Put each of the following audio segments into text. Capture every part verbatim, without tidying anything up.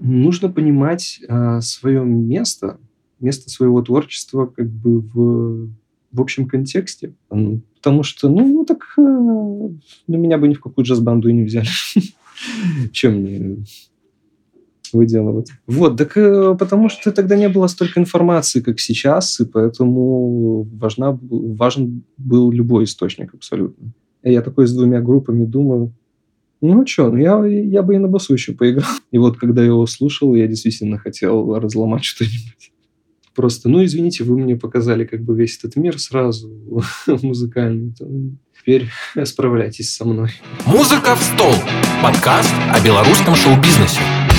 нужно понимать, а, своё место, место своего творчества как бы в в общем контексте. М, потому что, ну, так, э, ну, меня бы ни в какую джаз-банду и не взяли. Чё мне выделывать? Вот, так, э, потому что тогда не было столько информации, как сейчас, и поэтому важна б важен был любой источник абсолютно. И я такой с двумя группами думаю: "Ну чё, ну я я бы и на басу ещё поиграл". И вот когда я его слушал, я действительно хотел разломать что-нибудь. Просто, ну, извините, вы мне показали как бы весь этот мир сразу музыкальный, то теперь справляйтесь со мной. «Музыка в стол» – подкаст о белорусском шоу-бизнесе.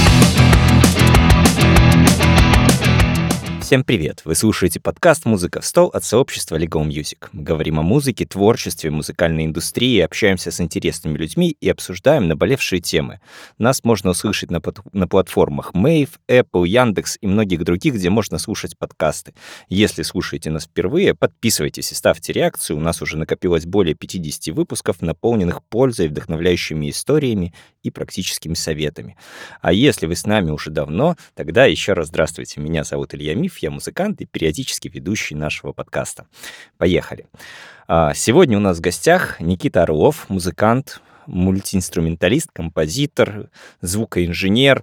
Всем привет! Вы слушаете подкаст «Музыка в стол» от сообщества Legal Music. Мы говорим о музыке, творчестве, музыкальной индустрии, общаемся с интересными людьми и обсуждаем наболевшие темы. Нас можно услышать на, под... на платформах Мэйв, Apple, Яндекс и многих других, где можно слушать подкасты. Если слушаете нас впервые, подписывайтесь и ставьте реакцию. У нас уже накопилось более пятьдесят выпусков, наполненных пользой, вдохновляющими историями и практическими советами. А если вы с нами уже давно, тогда еще раз здравствуйте. Меня зовут Илья Миф, я музыкант и периодически ведущий нашего подкаста. Поехали. Сегодня у нас в гостях Никита Орлов, музыкант, мультиинструменталист, композитор, звукоинженер,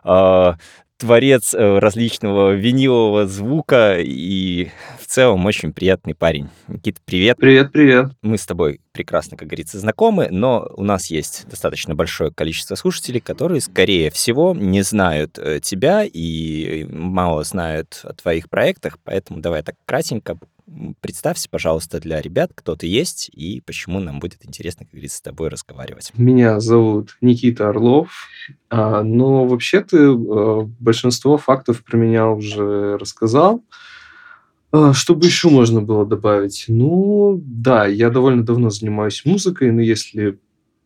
творец различного винилового звука и в целом очень приятный парень. Никита, привет. Привет, привет. Мы с тобой прекрасно, как говорится, знакомы, но у нас есть достаточно большое количество слушателей, которые, скорее всего, не знают тебя и мало знают о твоих проектах, поэтому давай так кратенько представься, пожалуйста, для ребят, кто ты есть и почему нам будет интересно, как говорится, с тобой разговаривать. Меня зовут Никита Орлов, но вообще ты большинство фактов про меня уже рассказал. Что бы еще можно было добавить? Ну, да, я довольно давно занимаюсь музыкой, но если,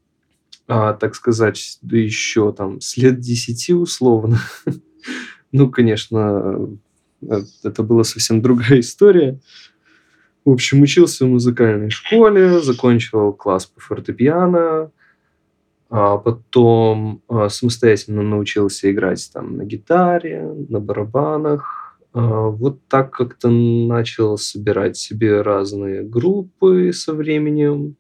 так сказать, да еще там с лет десяти условно, ну, конечно, это была совсем другая история. В общем, учился в музыкальной школе, закончил класс по фортепиано, а потом самостоятельно научился играть там на гитаре, на барабанах. Вот так как-то начал собирать себе разные группы со временем.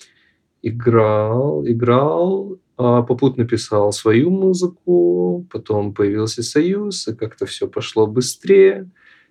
Играл, играл, попутно писал свою музыку, потом появился Союз, и как-то все пошло быстрее.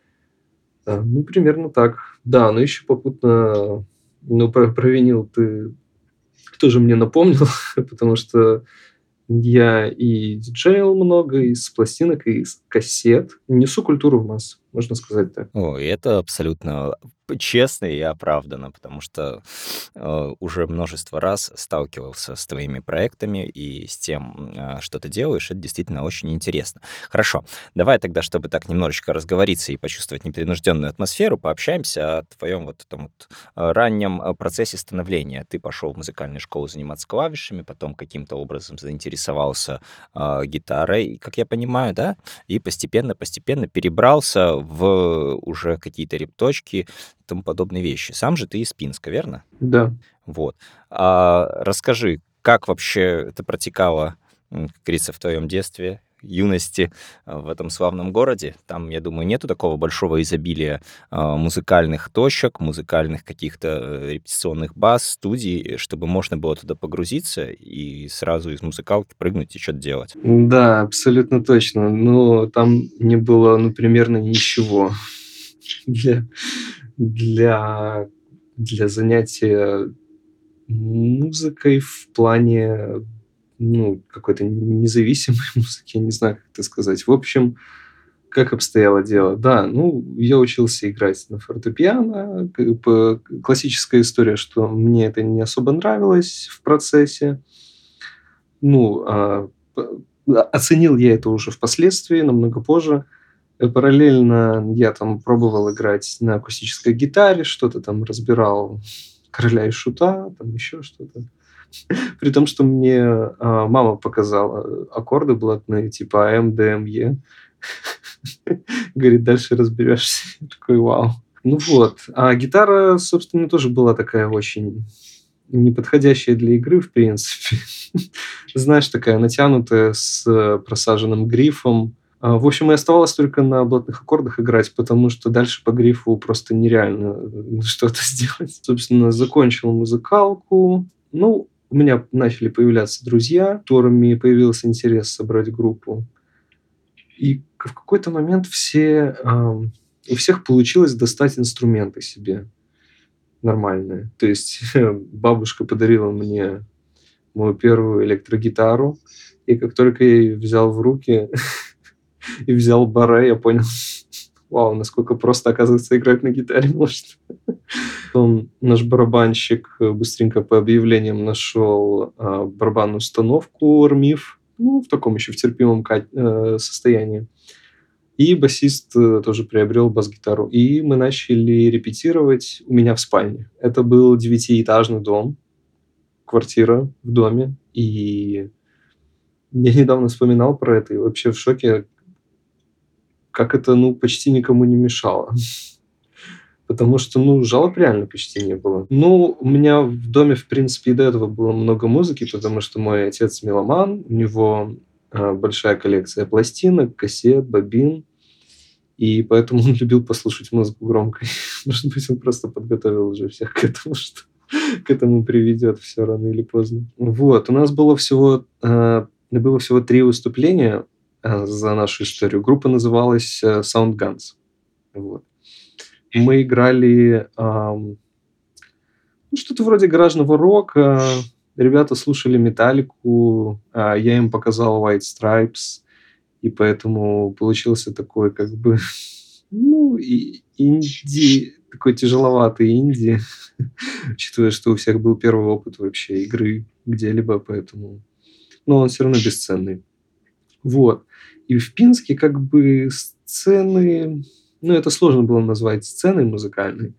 Ну, примерно так. Да, но еще попутно, ну, про, про винил ты тоже мне напомнил, потому что я и диджейл много, и с пластинок, и с кассет. Несу культуру в массы, можно сказать так. О, и это абсолютно честно и оправданно, потому что э, уже множество раз сталкивался с твоими проектами и с тем, э, что ты делаешь. Это действительно очень интересно. Хорошо, давай тогда, чтобы так немножечко разговориться и почувствовать непринужденную атмосферу, пообщаемся о твоем вот этом вот раннем процессе становления. Ты пошел в музыкальную школу заниматься клавишами, потом каким-то образом заинтересовался э, гитарой, как я понимаю, да? И постепенно-постепенно перебрался в уже какие-то репточки и тому подобные вещи. Сам же ты из Пинска, верно? Да. Вот. А расскажи, как вообще это протекало, как говорится, в твоем детстве, юности в этом славном городе? Там, я думаю, нету такого большого изобилия а, музыкальных точек, музыкальных каких-то репетиционных баз, студий, чтобы можно было туда погрузиться и сразу из музыкалки прыгнуть и что-то делать. Да, абсолютно точно. Но там не было, ну, примерно ничего для, для, для занятия музыкой в плане, ну, какой-то независимой музыки, я не знаю, как это сказать. В общем, как обстояло дело? Да, ну, я учился играть на фортепиано. Классическая история, что мне это не особо нравилось в процессе. Ну, а, оценил я это уже впоследствии, намного позже. Параллельно я там пробовал играть на акустической гитаре, что-то там разбирал Короля и Шута, там еще что-то. При том, что мне а, мама показала аккорды блатные, типа АМ, ДМ, Е. Говорит, дальше разберешься. Я такой, вау. Ну вот. А гитара, собственно, тоже была такая очень неподходящая для игры, в принципе. Знаешь, такая натянутая, с э, просаженным грифом. А, В общем, и оставалось только на блатных аккордах играть, потому что дальше по грифу просто нереально э, что-то сделать. Собственно, закончил музыкалку. Ну, у меня начали появляться друзья, которыми появился интерес собрать группу. И к- в какой-то момент все, ам, у всех получилось достать инструменты себе нормальные. То есть бабушка подарила мне мою первую электрогитару, и как только я ее взял в руки и взял баре, я понял, вау, насколько просто, оказывается, играть на гитаре можно. Потом наш барабанщик э, быстренько по объявлениям нашел а, барабанную установку Армиф, ну, в таком еще в терпимом ка- э, состоянии. И басист э, тоже приобрел бас-гитару. И мы начали репетировать у меня в спальне. Это был девятиэтажный дом, квартира в доме. И я недавно вспоминал про это и вообще в шоке, как это, ну, почти никому не мешало. Потому что, ну, жалоб реально почти не было. Ну, у меня в доме, в принципе, и до этого было много музыки, потому что мой отец меломан, у него э, большая коллекция пластинок, кассет, бобин, и поэтому он любил послушать музыку громко. Может быть, он просто подготовил уже всех к этому, что к этому приведет все рано или поздно. Вот, у нас было всего, э, было всего три выступления э, за нашу историю. Группа называлась э, Soundguns. Вот. Мы играли ам, ну, что-то вроде гаражного рока. Ребята слушали Металлику, а я им показал White Stripes, и поэтому получился такой как бы, ну, и инди, такой тяжеловатый инди, учитывая, что у всех был первый опыт вообще игры где-либо, поэтому... Но он все равно бесценный. Вот. И в Пинске как бы сцены... Ну, это сложно было назвать сценой музыкальной,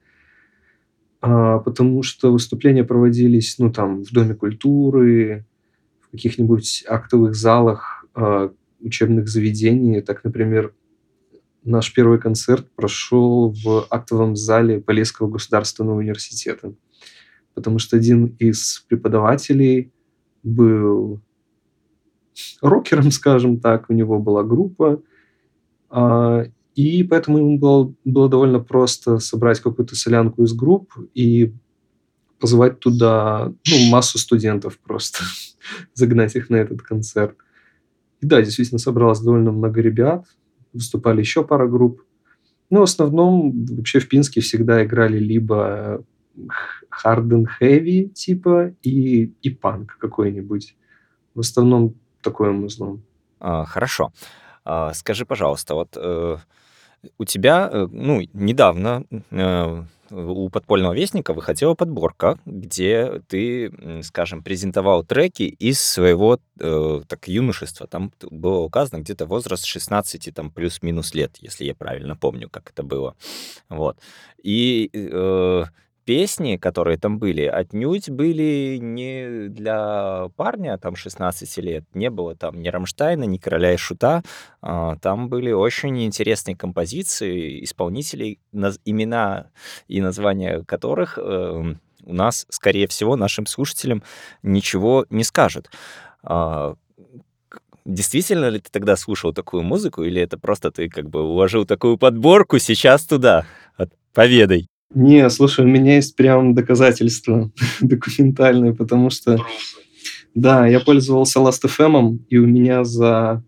а, потому что выступления проводились, ну, там, в Доме культуры, в каких-нибудь актовых залах а, учебных заведений. Так, например, наш первый концерт прошел в актовом зале Полесского государственного университета, потому что один из преподавателей был рокером, скажем так, у него была группа, а, и поэтому ему было, было довольно просто собрать какую-то солянку из групп и позвать туда, ну, массу студентов просто, загнать их на этот концерт. И да, действительно собралось довольно много ребят, выступали еще пара групп. Но в основном вообще в Пинске всегда играли либо hard and heavy типа и, и панк какой-нибудь. В основном такое музло. А, хорошо. А, скажи, пожалуйста, вот э, у тебя, э, ну, недавно э, у «Подпольного вестника» выходила подборка, где ты, м, скажем, презентовал треки из своего э, так, юношества. Там т- было указано где-то возраст шестнадцати там, плюс-минус лет, если я правильно помню, как это было. Вот. И э, песни, которые там были, отнюдь были не для парня там шестнадцати лет. Не было там ни «Рамштайна», ни «Короля и Шута». А, Там были очень интересные композиции, исполнителей, наз- имена и названия которых эм, у нас, скорее всего, нашим слушателям ничего не скажут. А, к- Действительно ли ты тогда слушал такую музыку, или это просто ты как бы уложил такую подборку сейчас туда? От- Поведай. Не, слушай, у меня есть прям доказательства документальные, потому что, да, я пользовался Last эф эм, и у меня за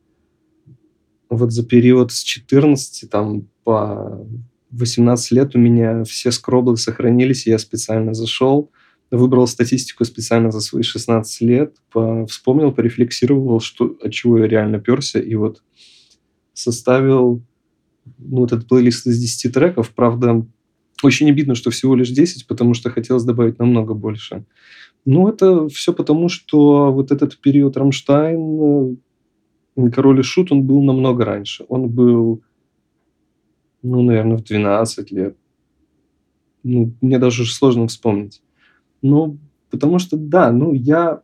вот за период с четырнадцати там по восемнадцать лет у меня все скроблы сохранились, и я специально зашел, выбрал статистику специально за свои шестнадцать лет, по- вспомнил, порефлексировал, что, от чего я реально перся, и вот составил, ну, вот этот плейлист из десяти треков. Правда, очень обидно, что всего лишь десять, потому что хотелось добавить намного больше. Ну, это все потому, что вот этот период «Рамштайн», э, «Король и Шут», он был намного раньше. Он был, ну, наверное, в двенадцать лет. Ну, мне даже сложно вспомнить. Ну, потому что, да, ну, я,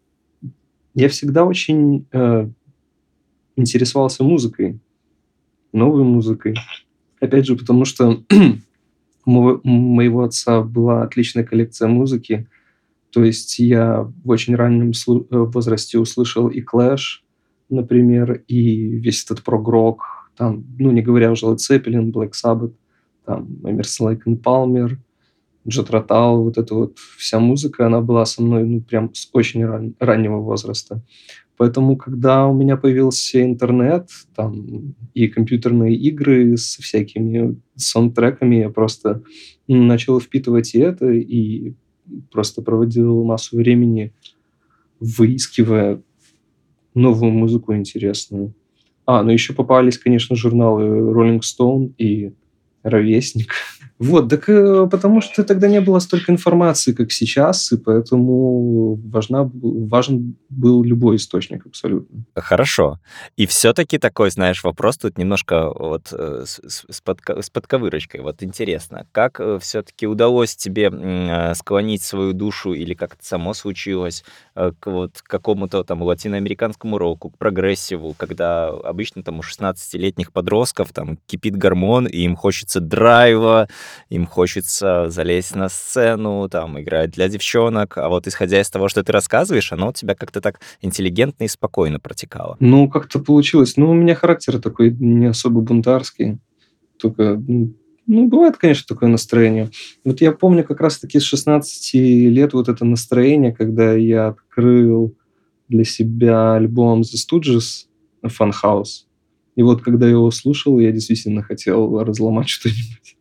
я всегда очень э, интересовался музыкой, новой музыкой. Опять же, потому что у моего, у моего отца была отличная коллекция музыки. То есть я в очень раннем слу- э, возрасте услышал и Clash, например, и весь этот прог-рок, там, ну, не говоря уже о Led Zeppelin, Black Sabbath, там, Эмерсон, Лейк энд Палмер, Джет Ротал, вот эта вот вся музыка, она была со мной, ну, прям с очень ран- раннего возраста. Поэтому, когда у меня появился интернет, там, и компьютерные игры с всякими саундтреками, я просто м, начал впитывать и это, и просто проводил массу времени, выискивая новую музыку интересную. А, ну еще попались, конечно, журналы Rolling Stone и Ровесник. Вот, так э, потому что тогда не было столько информации, как сейчас, и поэтому важна, б- важен был любой источник абсолютно. Хорошо. И все-таки такой, знаешь, вопрос тут немножко вот э, с, с- с подка- с подковырочкой. Вот интересно, как все-таки удалось тебе м, э, склонить свою душу или как это само случилось э, к вот какому-то там латиноамериканскому року, к прогрессиву, когда обычно там у шестнадцатилетних подростков там кипит гормон, и им хочется драйва, им хочется залезть на сцену, там играть для девчонок, а вот исходя из того, что ты рассказываешь, оно у тебя как-то так интеллигентно и спокойно протекало. Ну, как-то получилось. Ну, у меня характер такой не особо бунтарский. Только, м, ну, бывает, конечно, такое настроение. Вот я помню как раз-таки с шестнадцати лет вот это настроение, когда я открыл для себя альбом The Stooges Fun House. И вот когда я его слушал, я действительно хотел разломать что-нибудь.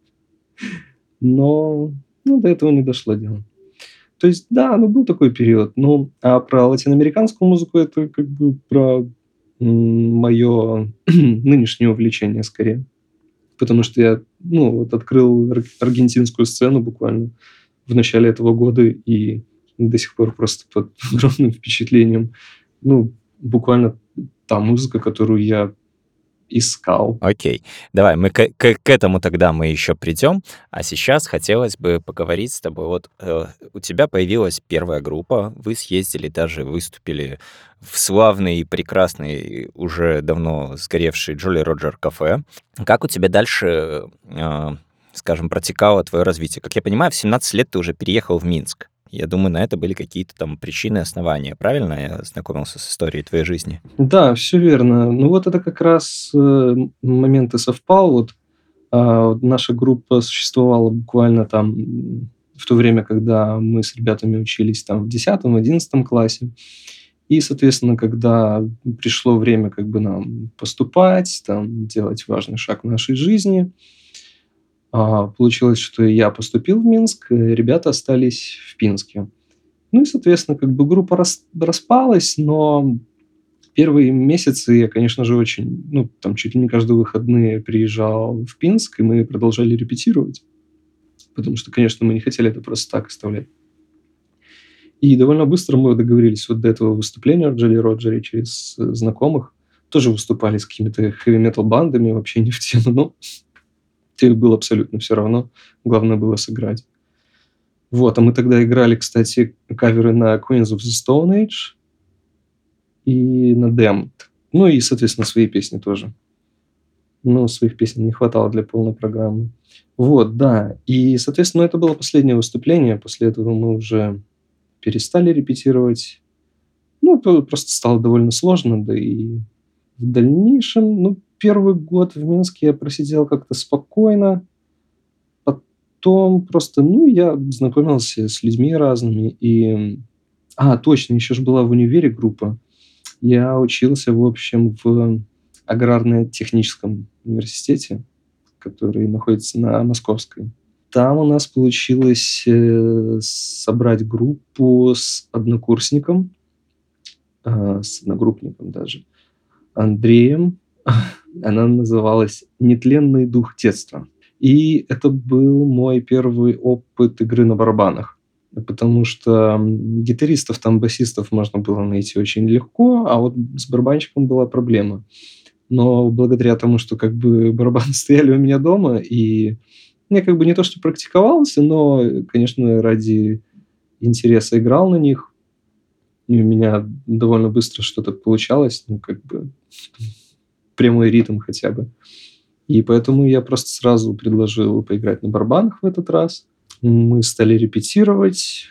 Но, ну, до этого не дошло дело. То есть, да, ну, был такой период. Ну, а про латиноамериканскую музыку это как бы про мое нынешнее увлечение скорее. Потому что я, ну, вот открыл ар- аргентинскую сцену буквально в начале этого года и до сих пор просто под огромным впечатлением. Ну, буквально та музыка, которую я искал. Окей, давай, мы к, к- к этому тогда мы еще придем, а сейчас хотелось бы поговорить с тобой. Вот э, у тебя появилась первая группа, вы съездили, даже выступили в славный и прекрасный, уже давно сгоревший Джоли Роджер кафе. Как у тебя дальше, э, скажем, протекало твое развитие? Как я понимаю, в семнадцать лет ты уже переехал в Минск. Я думаю, на это были какие-то там причины, основания. Правильно я знакомился с историей твоей жизни? Да, все верно. Ну вот это как раз э, м- момент и совпал. Вот а, вот наша группа существовала буквально там м, в то время, когда мы с ребятами учились там в десятом одиннадцатом классе. И, соответственно, когда пришло время как бы нам поступать, там, делать важный шаг в нашей жизни, а, получилось, что я поступил в Минск, э, ребята остались в Пинске. Ну и, соответственно, как бы группа рас- распалась, но первые месяцы я, конечно же, очень, ну, там чуть ли не каждые выходные приезжал в Пинск, и мы продолжали репетировать, потому что, конечно, мы не хотели это просто так оставлять. И довольно быстро мы договорились вот до этого выступления в Джоли Роджере через э, знакомых. Тоже выступали с какими-то хэви-метал бандами, вообще не в тему, но тебе было абсолютно все равно. Главное было сыграть. Вот, а мы тогда играли, кстати, каверы на Queens of the Stone Age и на Damned. Ну и, соответственно, свои песни тоже. Но своих песен не хватало для полной программы. Вот, да. И, соответственно, это было последнее выступление. После этого мы уже перестали репетировать. Ну, п- просто стало довольно сложно, да и в дальнейшем, ну, первый год в Минске я просидел как-то спокойно, потом просто, ну, я знакомился с людьми разными, и... А, точно, еще же была в универе группа. Я учился, в общем, в аграрно-техническом университете, который находится на Московской. Там у нас получилось э, собрать группу с однокурсником, а, с одногруппником даже, Андреем. Она называлась «Нетленный дух детства». И это был мой первый опыт игры на барабанах, потому что м, гитаристов, там, басистов можно было найти очень легко, а вот с барабанщиком была проблема. Но благодаря тому, что как бы барабаны стояли у меня дома, и я как бы не то что практиковался, но, конечно, ради интереса играл на них, и у меня довольно быстро что-то получалось, ну, как бы прямой ритм хотя бы. И поэтому я просто сразу предложил поиграть на барабанах в этот раз. Мы стали репетировать.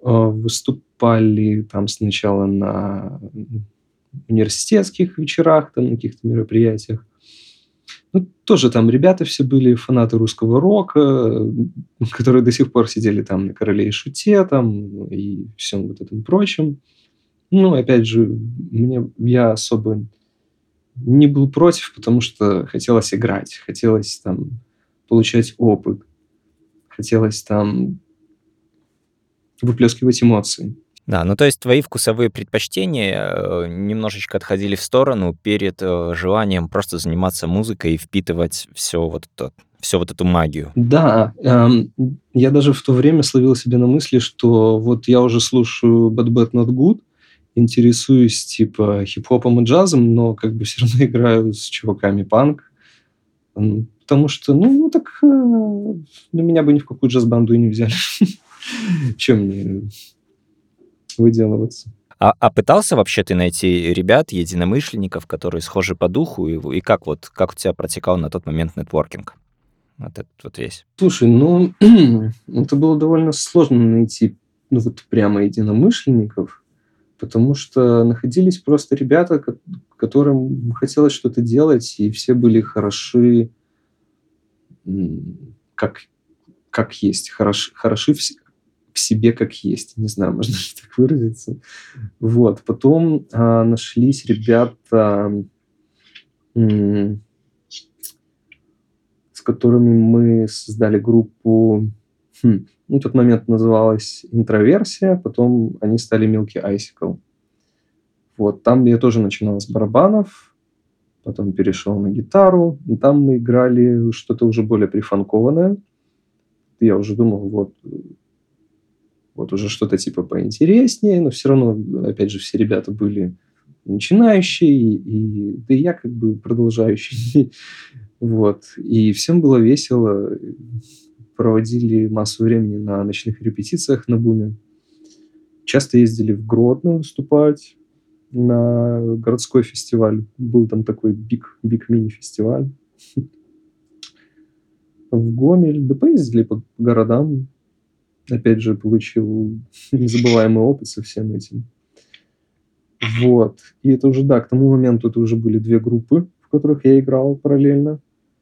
выступали там сначала на университетских вечерах, там, на каких-то мероприятиях. Ну, тоже там ребята все были фанаты русского рока, которые до сих пор сидели там на «Короле и Шуте» там, и всем вот этом прочем. Ну, опять же, мне, я особо не был против, потому что хотелось играть, хотелось там получать опыт, хотелось там выплескивать эмоции. Да, ну то есть твои вкусовые предпочтения э, немножечко отходили в сторону перед э, желанием просто заниматься музыкой и впитывать все вот это, всю вот эту магию. Да, эм, я даже в то время словил себя на мысли, что вот я уже слушаю Bad Bad Not Good, интересуюсь типа хип-хопом и джазом, но как бы все равно играю с чуваками панк. М, Потому что, ну, ну так, э, ну, меня бы ни в какую джаз-банду и не взяли. Чем мне выделываться? А, а пытался вообще ты найти ребят, единомышленников, которые схожи по духу, и, и как вот, как у тебя протекал на тот момент нетворкинг? Вот этот вот весь. Слушай, ну, это было довольно сложно найти, ну, вот прямо единомышленников, потому что находились просто ребята, ко- которым хотелось что-то делать, и все были хороши, м, как, как есть, хорош, хороши в, с- в себе как есть. Не знаю, можно ли так выразиться. Вот. Потом а, нашлись ребята, м, с которыми мы создали группу. Хм, ну, в тот момент называлась «Интроверсия», потом они стали «Milky Icicle». Вот, там я тоже начинал с барабанов, потом перешел на гитару, и там мы играли что-то уже более прифанкованное. Я уже думал, вот, вот уже что-то типа поинтереснее, но все равно, опять же, все ребята были начинающие, и да и я как бы продолжающий. Вот. И всем было весело. Проводили массу времени на ночных репетициях на буме. Часто ездили в Гродно выступать на городской фестиваль. Был там такой биг, биг мини-фестиваль. В Гомель. Да поездили по городам. Опять же, получил незабываемый опыт со всем этим. Вот. И это уже, да, к тому моменту это уже были две группы, в которых я играл параллельно.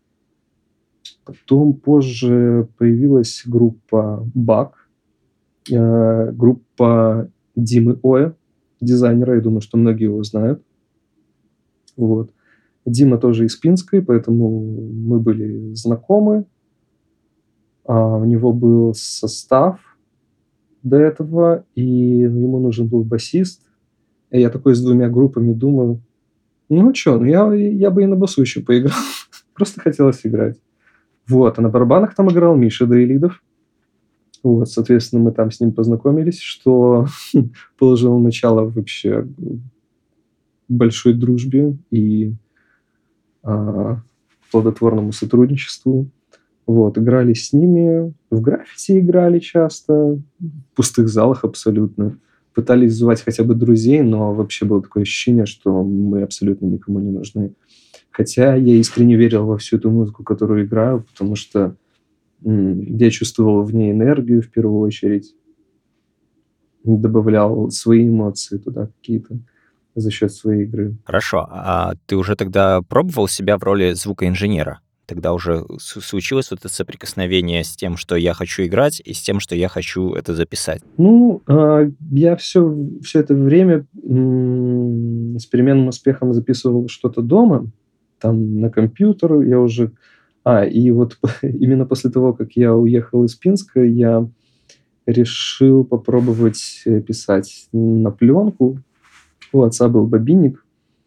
Потом позже появилась группа «Бак», э, группа Димы Оя, дизайнера, я думаю, что многие его знают. Вот. Дима тоже из Пинской, поэтому мы были знакомы. А у него был состав до этого, и ну, ему нужен был басист. И я такой с двумя группами думаю, ну что, ну я, я бы и на басу еще поиграл. Просто хотелось играть. Вот, а на барабанах там играл Миша Даилидов. Вот, соответственно, мы там с ним познакомились, что положило начало вообще большой дружбе и а, плодотворному сотрудничеству. Вот, играли с ними, в граффити играли часто, в пустых залах абсолютно. Пытались звать хотя бы друзей, но вообще было такое ощущение, что мы абсолютно никому не нужны. Хотя я искренне верил во всю эту музыку, которую играю, потому что м, я чувствовал в ней энергию в первую очередь, добавлял свои эмоции туда какие-то за счет своей игры. Хорошо, а ты уже тогда пробовал себя в роли звукоинженера? Тогда уже с- случилось вот это соприкосновение с тем, что я хочу играть, и с тем, что я хочу это записать. Ну, а, я все, все это время м, с переменным успехом записывал что-то дома, там на компьютер. Я уже... А, и вот именно после того, как я уехал из Пинска, я решил попробовать э, писать на пленку. У отца был бобинник,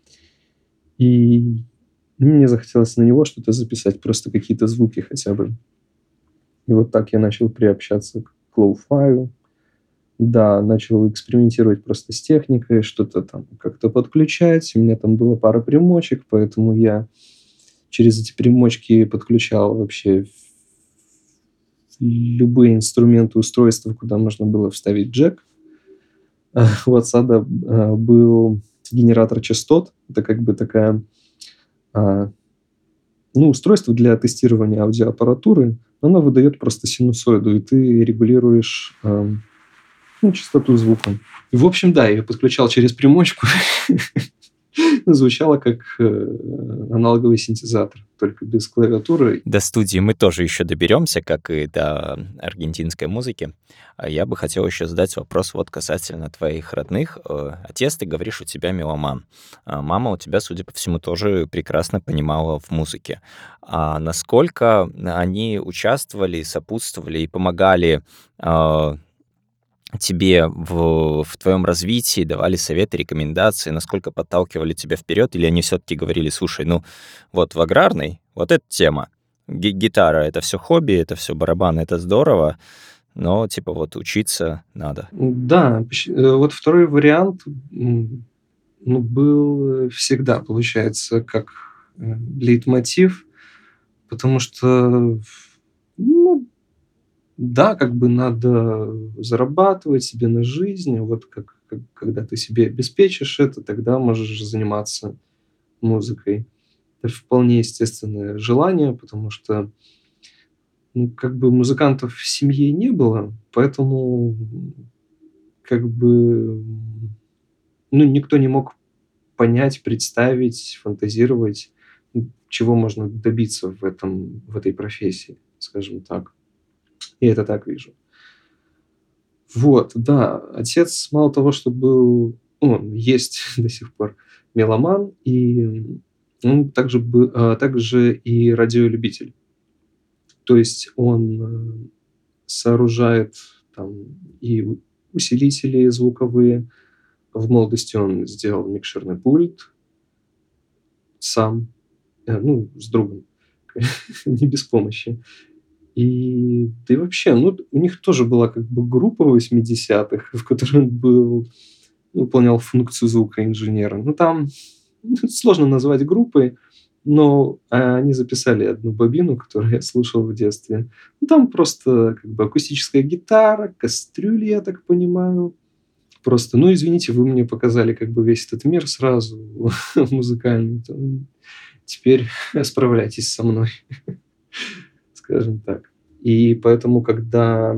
и мне захотелось на него что-то записать, просто какие-то звуки хотя бы. И вот так я начал приобщаться к лоу-фаю. Да, начал экспериментировать просто с техникой, что-то там как-то подключать. У меня там была пара примочек, поэтому я через эти примочки подключал вообще любые инструменты, устройства, куда можно было вставить джек. А У отца да, а, был генератор частот. Это как бы такая, а, ну, устройство для тестирования аудиоаппаратуры. Оно выдает просто синусоиду, и ты регулируешь, ам, ну, частоту звука. И, в общем, да, я ее подключал через примочку. Звучало как э, аналоговый синтезатор, только без клавиатуры. До студии мы тоже еще доберемся, как и до аргентинской музыки. А я бы хотел еще задать вопрос вот касательно твоих родных. Э, Отец, ты говоришь, у тебя меломан. А мама у тебя, судя по всему, тоже прекрасно понимала в музыке. А насколько они участвовали, сопутствовали и помогали а, тебе в, в твоем развитии, давали советы, рекомендации, насколько подталкивали тебя вперед, или они все-таки говорили, слушай, ну вот в аграрной вот эта тема, Ги- гитара — это все хобби, это все барабаны, это здорово, но типа вот учиться надо. Да, поч- э, вот второй вариант м, ну, был всегда, получается, как э, лейтмотив, потому что, ну, да, как бы надо зарабатывать себе на жизнь, вот как, как- когда ты себе обеспечишь это, тогда можешь заниматься музыкой. Это вполне естественное желание, потому что, ну, как бы музыкантов в семье не было, поэтому м, как бы, м, ну, никто не мог понять, представить, фантазировать, м, чего можно добиться в этом, в этой профессии, скажем так. Я это так вижу. Вот, да, отец мало того, что был, ну, он есть до сих пор меломан, и он также, бы- а, также и радиолюбитель. То есть он э, сооружает там и у- усилители звуковые. В молодости он сделал микшерный пульт сам, э, ну, с другом, не без помощи. И да и вообще, ну, у них тоже была как бы группа восьмидесятых, в которой он был, выполнял функцию звукоинженера. Ну, там сложно назвать группой, но а, они записали одну бобину, которую я слушал в детстве. Ну, там просто как бы акустическая гитара, кастрюли, я так понимаю. Просто, ну, извините, вы мне показали как бы весь этот мир сразу музыкальный. то Теперь справляйтесь со мной, скажем так. И поэтому, когда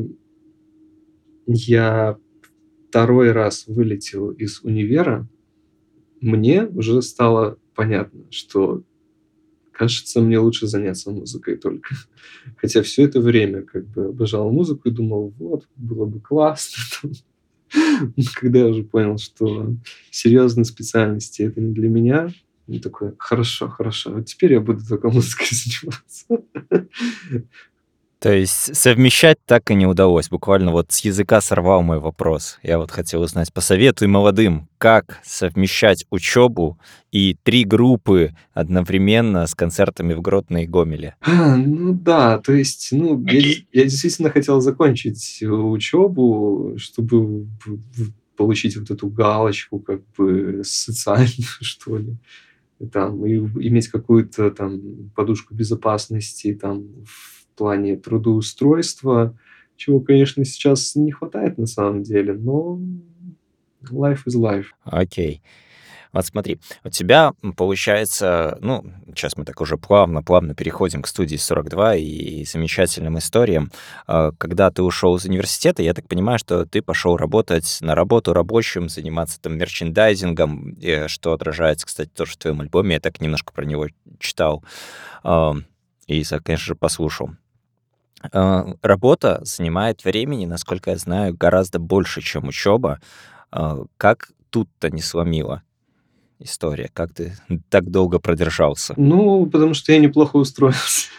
я второй раз вылетел из универа, мне уже стало понятно, что, кажется, мне лучше заняться музыкой только. Хотя все это время как бы обожал музыку и думал, вот, было бы классно. там. Но когда я уже понял, что серьезные специальности — это не для меня, я такой, хорошо, хорошо, вот теперь я буду только музыкой заниматься. То есть совмещать так и не удалось. Буквально вот с языка сорвал мой вопрос. Я вот хотел узнать, посоветуй молодым, как совмещать учебу и три группы одновременно с концертами в Гродно и Гомеле. А, ну да, то есть, ну, я дес я действительно хотел закончить учебу, чтобы в в получить вот эту галочку, как бы социальную, что ли. И там и иметь какую-то там подушку безопасности там в плане трудоустройства, чего, конечно, сейчас не хватает на самом деле, но life is life. Окей. Вот смотри, у тебя м, получается, ну, сейчас мы так уже плавно-плавно переходим к студии сорок два и замечательным историям. А, Когда ты ушел из университета, я так понимаю, что ты пошел работать на работу рабочим, заниматься там мерчендайзингом, э, что отражается, кстати, тоже в твоем альбоме. Я так немножко про него читал а, и, за- конечно же, послушал. А, Работа занимает времени, насколько я знаю, гораздо больше, чем учеба. А, Как тут-то не сломило? История? Как ты так долго продержался? Ну, потому что я неплохо устроился.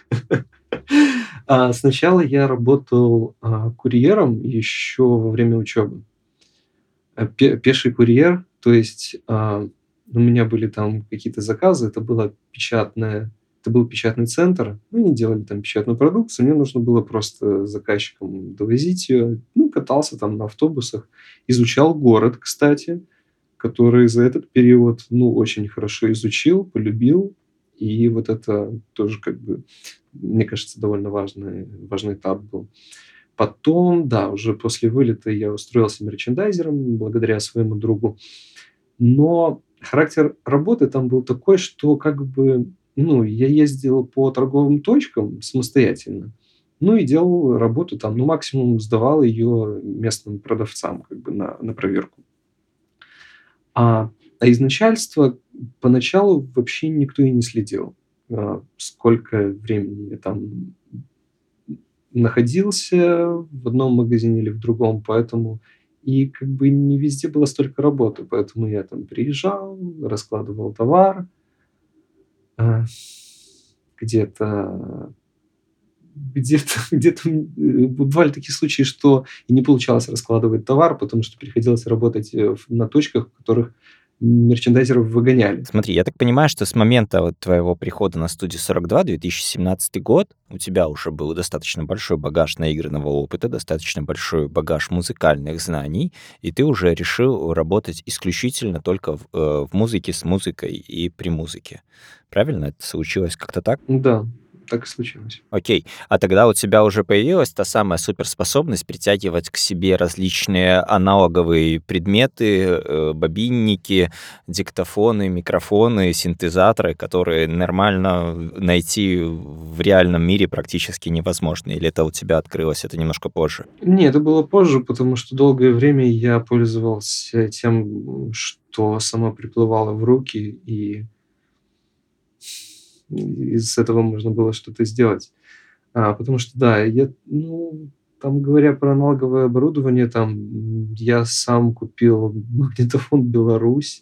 А, сначала я работал, а, курьером еще во время учебы. А, пе пеший курьер, то есть, а, у меня были там какие-то заказы, это была печатная это был печатный центр. Ну, они делали там печатную продукцию, мне нужно было просто заказчикам довозить ее. Ну, катался там на автобусах, изучал город, кстати, который за этот период, ну, очень хорошо изучил, полюбил. И вот это тоже как бы, мне кажется, довольно важный важный этап был. Потом, да, уже после вылета я устроился мерчендайзером благодаря своему другу. Но характер работы там был такой, что как бы, ну, я ездил по торговым точкам самостоятельно. Ну и делал работу там, ну, максимум сдавал ее местным продавцам как бы на на проверку. А а из начальства поначалу вообще никто и не следил, а, сколько времени я там находился в одном магазине или в другом, поэтому и как бы не везде было столько работы, поэтому я там приезжал, раскладывал товар, а, где-то где-то где-то, м, э, бывали такие случаи, что и не получалось раскладывать товар, потому что приходилось работать, э, в на точках, в которых мерчендайзеров выгоняли. Смотри, я так понимаю, что с момента вот твоего прихода на студию сорок два, две тысячи семнадцатый год, у тебя уже был достаточно большой багаж наигранного опыта, достаточно большой багаж музыкальных знаний, и ты уже решил работать исключительно только в, э, в музыке, с музыкой и при музыке. Правильно? Это случилось как-то так? Да, так и случилось. Окей. А тогда у тебя уже появилась та самая суперспособность притягивать к себе различные аналоговые предметы, э, бобинники, диктофоны, микрофоны, синтезаторы, которые нормально найти в реальном мире практически невозможно. Или это у тебя открылось это немножко позже? Не, это было позже, потому что долгое время я пользовался тем, что само приплывало в руки, и из этого можно было что-то сделать. А, потому что, да, я, ну, там, говоря про аналоговое оборудование, там, м, я сам купил магнитофон «Беларусь»,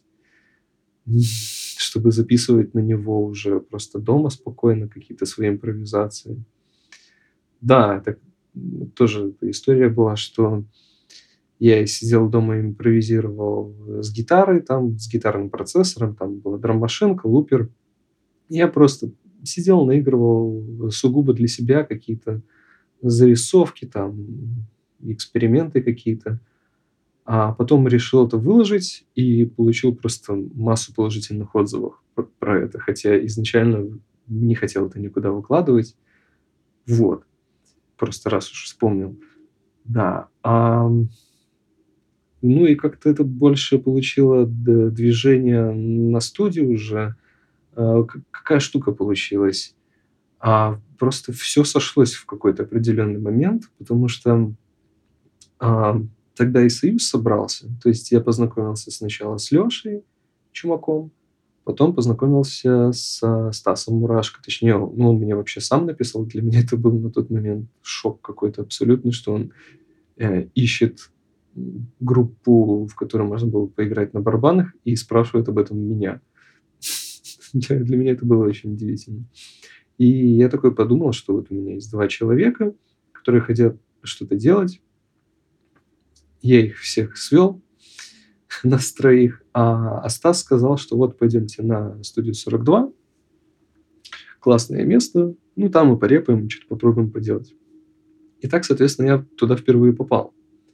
чтобы записывать на него уже просто дома спокойно какие-то свои импровизации. Да, это м, тоже история была, что я сидел дома, импровизировал э, с гитарой, там, с гитарным процессором, там была драм-машинка, лупер. Я просто сидел, наигрывал сугубо для себя какие-то зарисовки, там, эксперименты какие-то. А потом решил это выложить и получил просто массу положительных отзывов п про это, хотя изначально не хотел это никуда выкладывать. Вот, просто раз уж вспомнил. Да, ам, ну и как-то это больше получило д движение на студию уже. А, к какая штука получилась? А, просто все сошлось в какой-то определенный момент, потому что, а, тогда и союз собрался. То есть я познакомился сначала с Лешей Чумаком, потом познакомился со Стасом Мурашко. Точнее, ну, он мне вообще сам написал. Для меня это был на тот момент шок какой-то абсолютный, что он, э, ищет, м, группу, в которой можно было поиграть на барабанах, и спрашивает об этом меня. Для для меня это было очень удивительно. И я такой подумал, что вот у меня есть два человека, которые хотят что-то делать. Я их всех свел, нас троих, а а Стас сказал, что вот пойдемте на студию сорок два, классное место, ну, там мы порепаем, что то попробуем поделать. И так, соответственно, я туда впервые попал.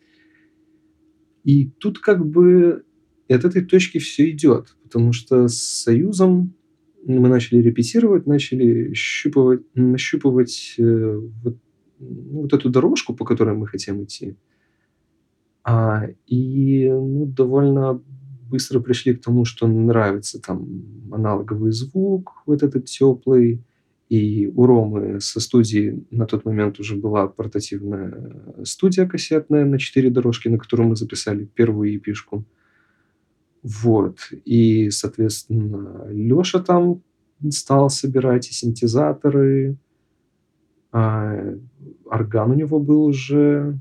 И тут как бы от этой точки все идет, потому что с союзом мы начали репетировать, начали щупывать нащупывать, э, вот, ну, вот эту дорожку, по которой мы хотим идти. А, и, ну, довольно быстро пришли к тому, что нравится там аналоговый звук, вот этот теплый. И у Ромы со студии на тот момент уже была портативная студия кассетная на четыре дорожки, на которую мы записали первую эпишку. Вот. И, соответственно, Лёша там стал собирать и синтезаторы, а, орган у него был уже.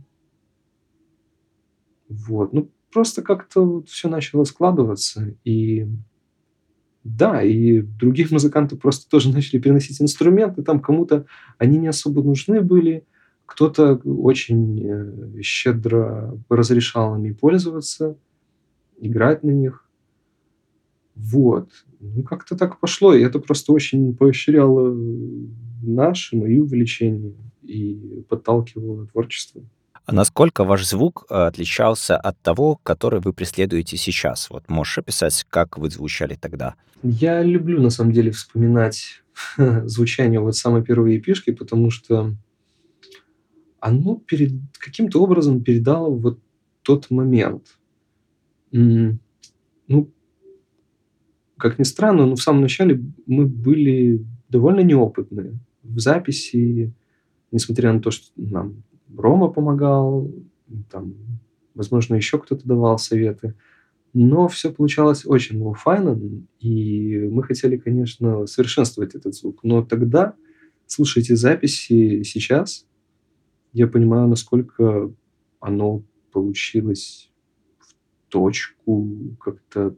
Вот. Ну, просто как-то вот всё начало складываться. И да, и другие музыканты просто тоже начали переносить инструменты. Там кому-то они не особо нужны были, кто-то очень, э, щедро разрешал ими пользоваться, играть на них. Вот. Ну, как-то так пошло, и это просто очень поощряло наше, мои увлечения и подталкивало творчество. А насколько ваш звук, э, отличался от того, который вы преследуете сейчас? Вот можешь описать, как вы звучали тогда? Я люблю, на самом деле, вспоминать звучание вот самой первой эпишки, потому что оно перед каким-то образом передало вот тот момент. М, ну, как ни странно, но в самом начале мы были довольно неопытные в записи, несмотря на то, что нам Рома помогал, там, возможно, еще кто-то давал советы, но все получалось очень лоу-файно, и мы хотели, конечно, совершенствовать этот звук. Но тогда, слушая эти записи сейчас, я понимаю, насколько оно получилось в точку, как-то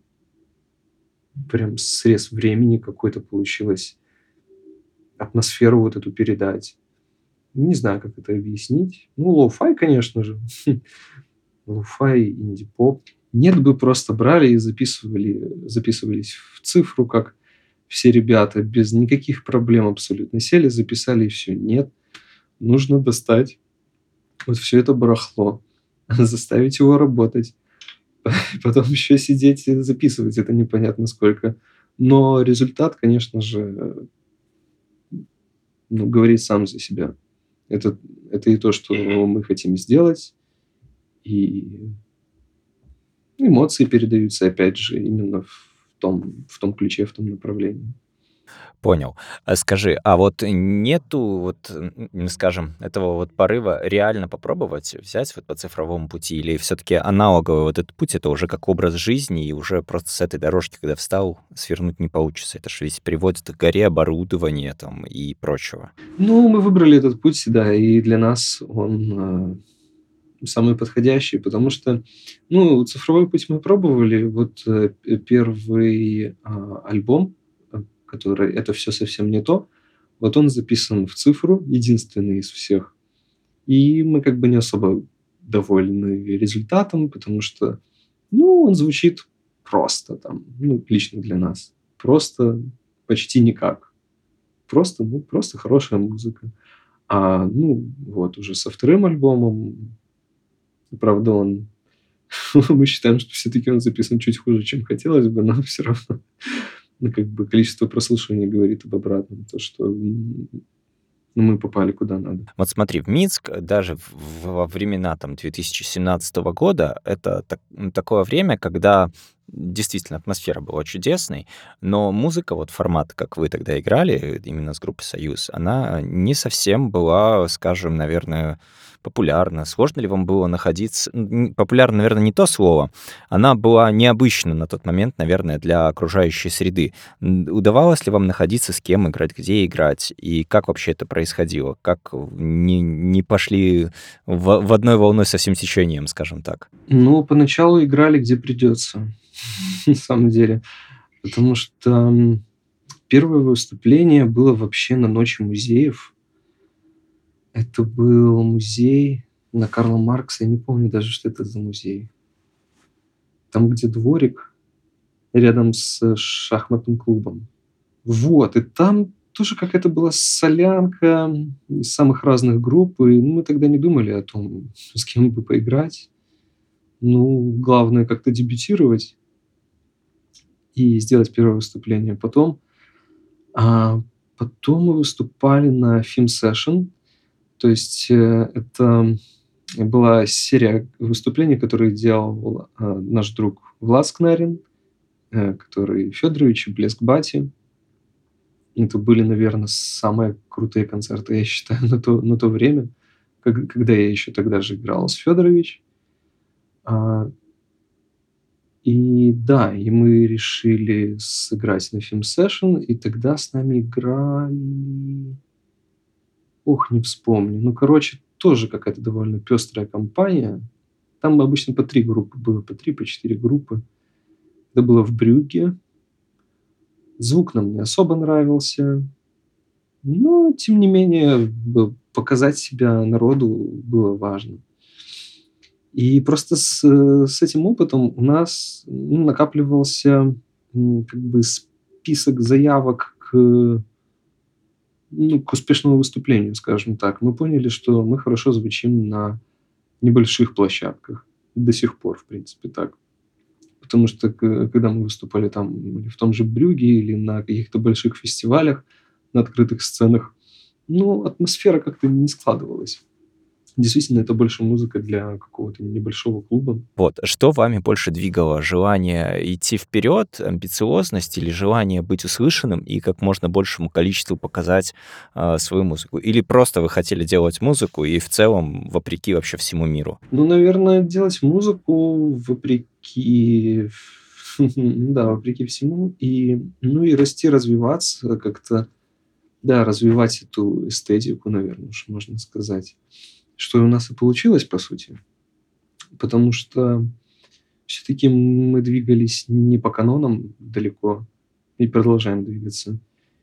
прям срез времени какой-то получилось, атмосферу вот эту передать. Не знаю, как это объяснить. Ну, лоу-фай, конечно же. Лоу-фай, инди-поп. Нет бы просто брали и записывали, записывались в цифру, как все ребята, без никаких проблем абсолютно. Сели, записали и все. Нет, нужно достать вот все это барахло, заставить его работать, потом еще сидеть и записывать это непонятно сколько. Но результат, конечно же, ну, говорит сам за себя. Это, это и то, что мы хотим сделать, и эмоции передаются, опять же, именно в том, в том ключе, в том направлении. Понял. А скажи, а вот нету вот, м, скажем, этого вот порыва реально попробовать взять вот по цифровому пути? Или все-таки аналоговый вот этот путь — это уже как образ жизни, и уже просто с этой дорожки, когда встал, свернуть не получится? Это ж ведь приводит к горе оборудования там и прочего. Ну, мы выбрали этот путь, да, и для нас он э, самый подходящий, потому что, ну, цифровой путь мы пробовали. Вот э, п- первый а, альбом, э, который «Это все совсем не то», вот он записан в цифру, единственный из всех. И мы как бы не особо довольны результатом, потому что, ну, он звучит просто там, ну, лично для нас. Просто почти никак. Просто, ну, просто хорошая музыка. А, ну, вот уже со вторым альбомом, правда, он мы считаем, что все-таки он записан чуть хуже, чем хотелось бы, но все равно, ну, как бы количество прослушиваний говорит об обратном, то, что м, ну, мы попали куда надо. Вот смотри, в Минск даже в- в- во времена там две тысячи семнадцатого года это так- м, такое время, когда действительно атмосфера была чудесной, но музыка, вот формат, как вы тогда играли, э, именно с группой «Союз», она не совсем была, скажем, наверное, популярна. Сложно ли вам было находиться... н- Популярна, наверное, не то слово. Она была необычна на тот момент, наверное, для окружающей среды. Н- Удавалось ли вам находиться, с кем играть, где играть, и как вообще это происходило? Как не, не пошли в, в одной волной со всем течением, скажем так? Ну, поначалу играли где придется, на самом деле, потому что м, первое выступление было вообще на Ночи музеев. Это был музей на Карла Маркса, я не помню даже, что это за музей. Там, где дворик, рядом с шахматным клубом. Вот, и там тоже какая-то была солянка из самых разных групп, и ну, мы тогда не думали о том, с кем бы поиграть. Ну, главное как-то дебютировать и сделать первое выступление. Потом, а, потом мы выступали на Film Session, то есть э, это была серия выступлений, которые делал а, наш друг Влад Скнарин, э, который Федорович и Блеск Бати. Это были, наверное, самые крутые концерты, я считаю, на то, на то время, как- когда я еще тогда же играл с Федорович. А, и да, и мы решили сыграть на Film Session, и тогда с нами играли... Ох, не вспомню. Ну, короче, тоже какая-то довольно пестрая компания. Там обычно по три группы было, по три, по четыре группы. Это было в Брюгге. Звук нам не особо нравился. Но, тем не менее, б- показать себя народу было важно. И просто с, э, с этим опытом у нас ну, накапливался м, как бы список заявок к, ну, к успешному выступлению, скажем так. Мы поняли, что мы хорошо звучим на небольших площадках. До сих пор, в принципе, так. Потому что к- когда мы выступали там или в том же Брюге или на каких-то больших фестивалях, на открытых сценах, ну, атмосфера как-то не складывалась. действительно, это больше музыка для какого-то небольшого клуба. Вот. Что вами больше двигало? Желание идти вперед, амбициозность или желание быть услышанным и как можно большему количеству показать а, свою музыку? Или просто вы хотели делать музыку и в целом вопреки вообще всему миру? Ну, наверное, делать музыку вопреки, да, вопреки всему, и, ну, и расти, развиваться как-то, да, развивать эту эстетику, наверное, уж можно сказать, что у нас и получилось, по сути, потому что все-таки мы двигались не по канонам далеко и продолжаем двигаться,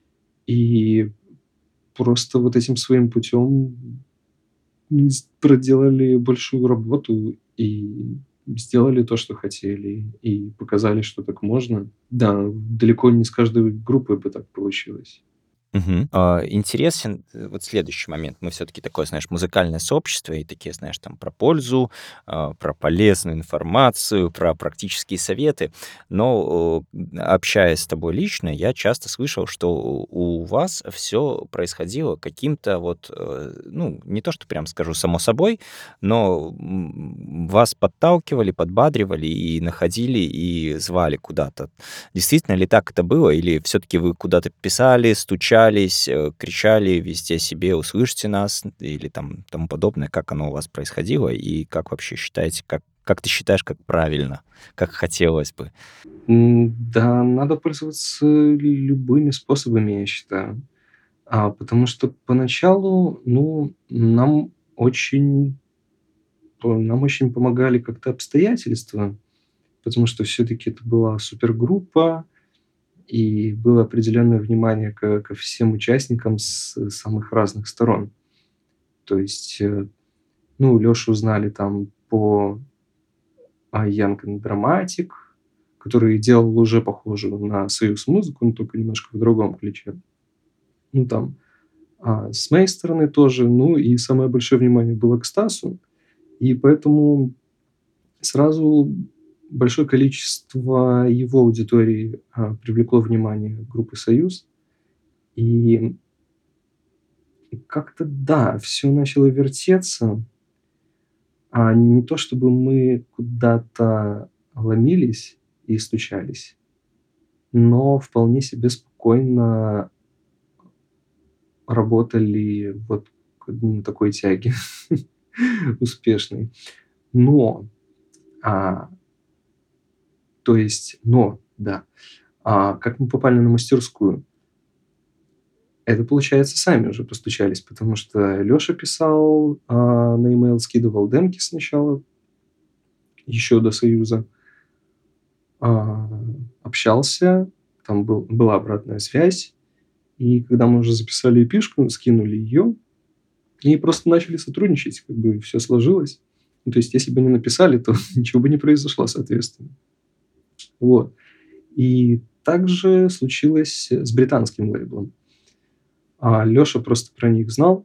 и просто вот этим своим путем м, с- проделали большую работу и сделали то, что хотели, и показали, что так можно. Да, далеко не с каждой группой бы так получилось. Мгм. А, интересен э, вот следующий момент. Мы все-таки такое, знаешь, музыкальное сообщество и такие, знаешь, там про пользу, а, про полезную информацию, про практические советы. Но э, общаясь с тобой лично, я часто слышал, что у вас все происходило каким-то вот, э, ну, не то, что прям скажу само собой, но м, вас подталкивали, подбадривали и находили и звали куда-то. Действительно ли так это было? Или все-таки вы куда-то писали, стучались, э, кричали везде себе «услышьте нас» или там тому подобное? Как оно у вас происходило? И как вообще считаете, как, как ты считаешь, как правильно, как хотелось бы? М, Да, надо пользоваться любыми способами, я считаю. А, потому что поначалу, ну, нам очень, по- нам очень помогали как-то обстоятельства, потому что все-таки это была супергруппа, и было определенное внимание ко, ко всем участникам с самых разных сторон. То есть, э, ну, Лешу узнали там по а, Young and Dramatic, который делал уже похожую на «Союз музыку», но только немножко в другом ключе. Ну, там, а, с моей стороны тоже, ну, и самое большое внимание было к Стасу, и поэтому сразу большое количество его аудитории, а, привлекло внимание группы «Союз». И как-то, да, все начало вертеться, а не то чтобы мы куда-то ломились и стучались, но вполне себе спокойно работали вот к на такой тяге успешной. Но, а, то есть, но, да, а, как мы попали на мастерскую? Это, получается, сами уже постучались, потому что Лёша писал, а, на имейл, скидывал демки сначала, еще до «Союза», а, общался, там был была обратная связь. И когда мы уже записали эпишку, скинули ее и просто начали сотрудничать, как бы все сложилось. Ну, то есть, если бы не написали, то ничего бы не произошло, соответственно. Вот. И также случилось с британским лейблом. А, Лёша просто про них знал,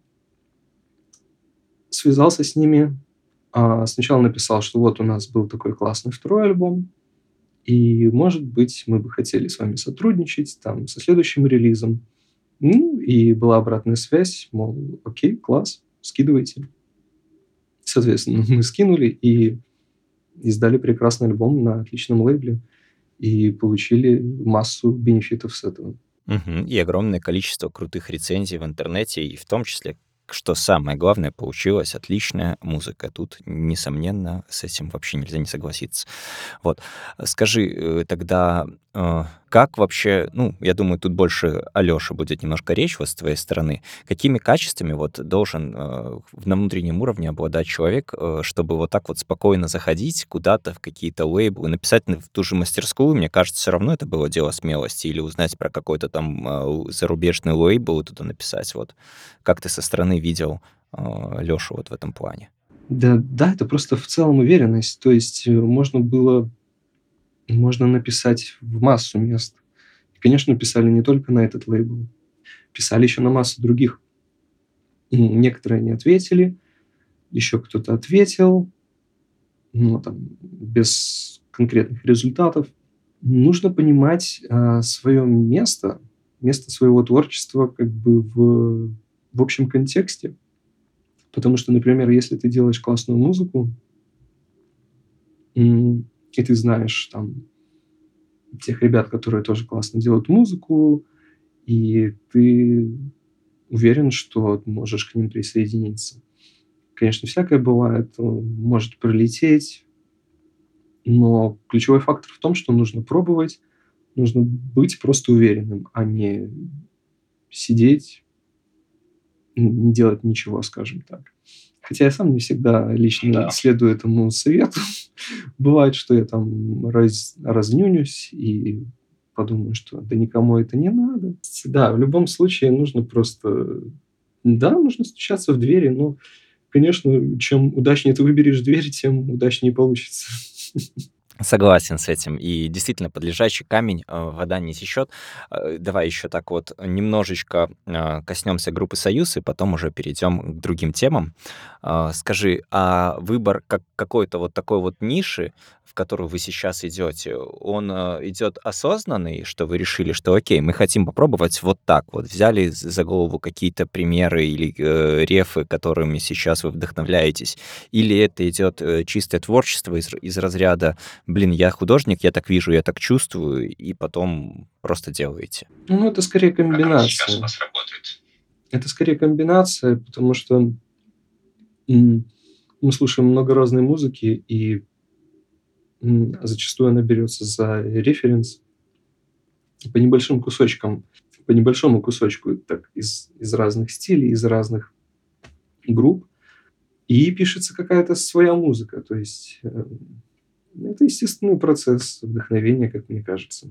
связался с ними, а, сначала написал, что вот у нас был такой классный второй альбом, и, может быть, мы бы хотели с вами сотрудничать там со следующим релизом. Ну, и была обратная связь, мол, окей, класс, скидывайте. Соответственно, мы скинули и издали прекрасный альбом на отличном лейбле и получили массу бенефитов с этого. Мгм. И огромное количество крутых рецензий в интернете, и в том числе, что самое главное, получилась отличная музыка. Тут, несомненно, с этим вообще нельзя не согласиться. Вот. Скажи э, тогда, э, как вообще, ну, я думаю, тут больше о Лёше будет немножко речь вот с твоей стороны. Какими качествами вот должен э, на внутреннем уровне обладать человек, э, чтобы вот так вот спокойно заходить куда-то в какие-то лейблы, написать на- в ту же мастерскую, мне кажется, все равно это было дело смелости, или узнать про какой-то там э, у- зарубежный лейбл и туда написать. Вот. Как ты со стороны видел Лёшу вот в этом плане? Да, да, это просто в целом уверенность. То есть, э, можно было можно написать в массу мест. И, конечно, писали не только на этот лейбл, писали еще на массу других. М, некоторые не ответили, еще кто-то ответил, но там без конкретных результатов. Нужно понимать, а, свое место, место своего творчества как бы в в общем контексте. Потому что, например, если ты делаешь классную музыку, м, и ты знаешь там тех ребят, которые тоже классно делают музыку, и ты уверен, что можешь к ним присоединиться. Конечно, всякое бывает, э, может пролететь, но ключевой фактор в том, что нужно пробовать, нужно быть просто уверенным, а не сидеть, н не делать ничего, скажем так. Хотя я сам не всегда лично Да. следую этому совету. Бывает, что я там раз разнюнюсь и подумаю, что да никому это не надо. Да, в любом случае нужно просто да, нужно стучаться в двери, но, конечно, чем удачнее ты выберешь дверь, тем удачнее получится. Согласен с этим. И действительно, под лежачий камень э, вода не течет. Э, Давай еще так вот немножечко э, коснемся группы «Союз», и потом уже перейдем к другим темам. А, Скажи, а выбор как какой-то вот такой вот ниши, в которую вы сейчас идете, он э, идет осознанный, что вы решили, что окей, мы хотим попробовать вот так вот, взяли з- за голову какие-то примеры или э, рефы, которыми сейчас вы вдохновляетесь, или это идет э, чистое творчество из, из разряда блин, я художник, я так вижу, я так чувствую, и потом просто делаете. Ну, это скорее Как оно сейчас у комбинация. вас работает? Это скорее комбинация, потому что, м, мы слушаем много разной музыки, и, м, зачастую она берется за референс по небольшим кусочкам, по небольшому кусочку, так, из из разных стилей, из разных групп, и пишется какая-то своя музыка. То есть, эм, это естественный процесс вдохновения, как мне кажется.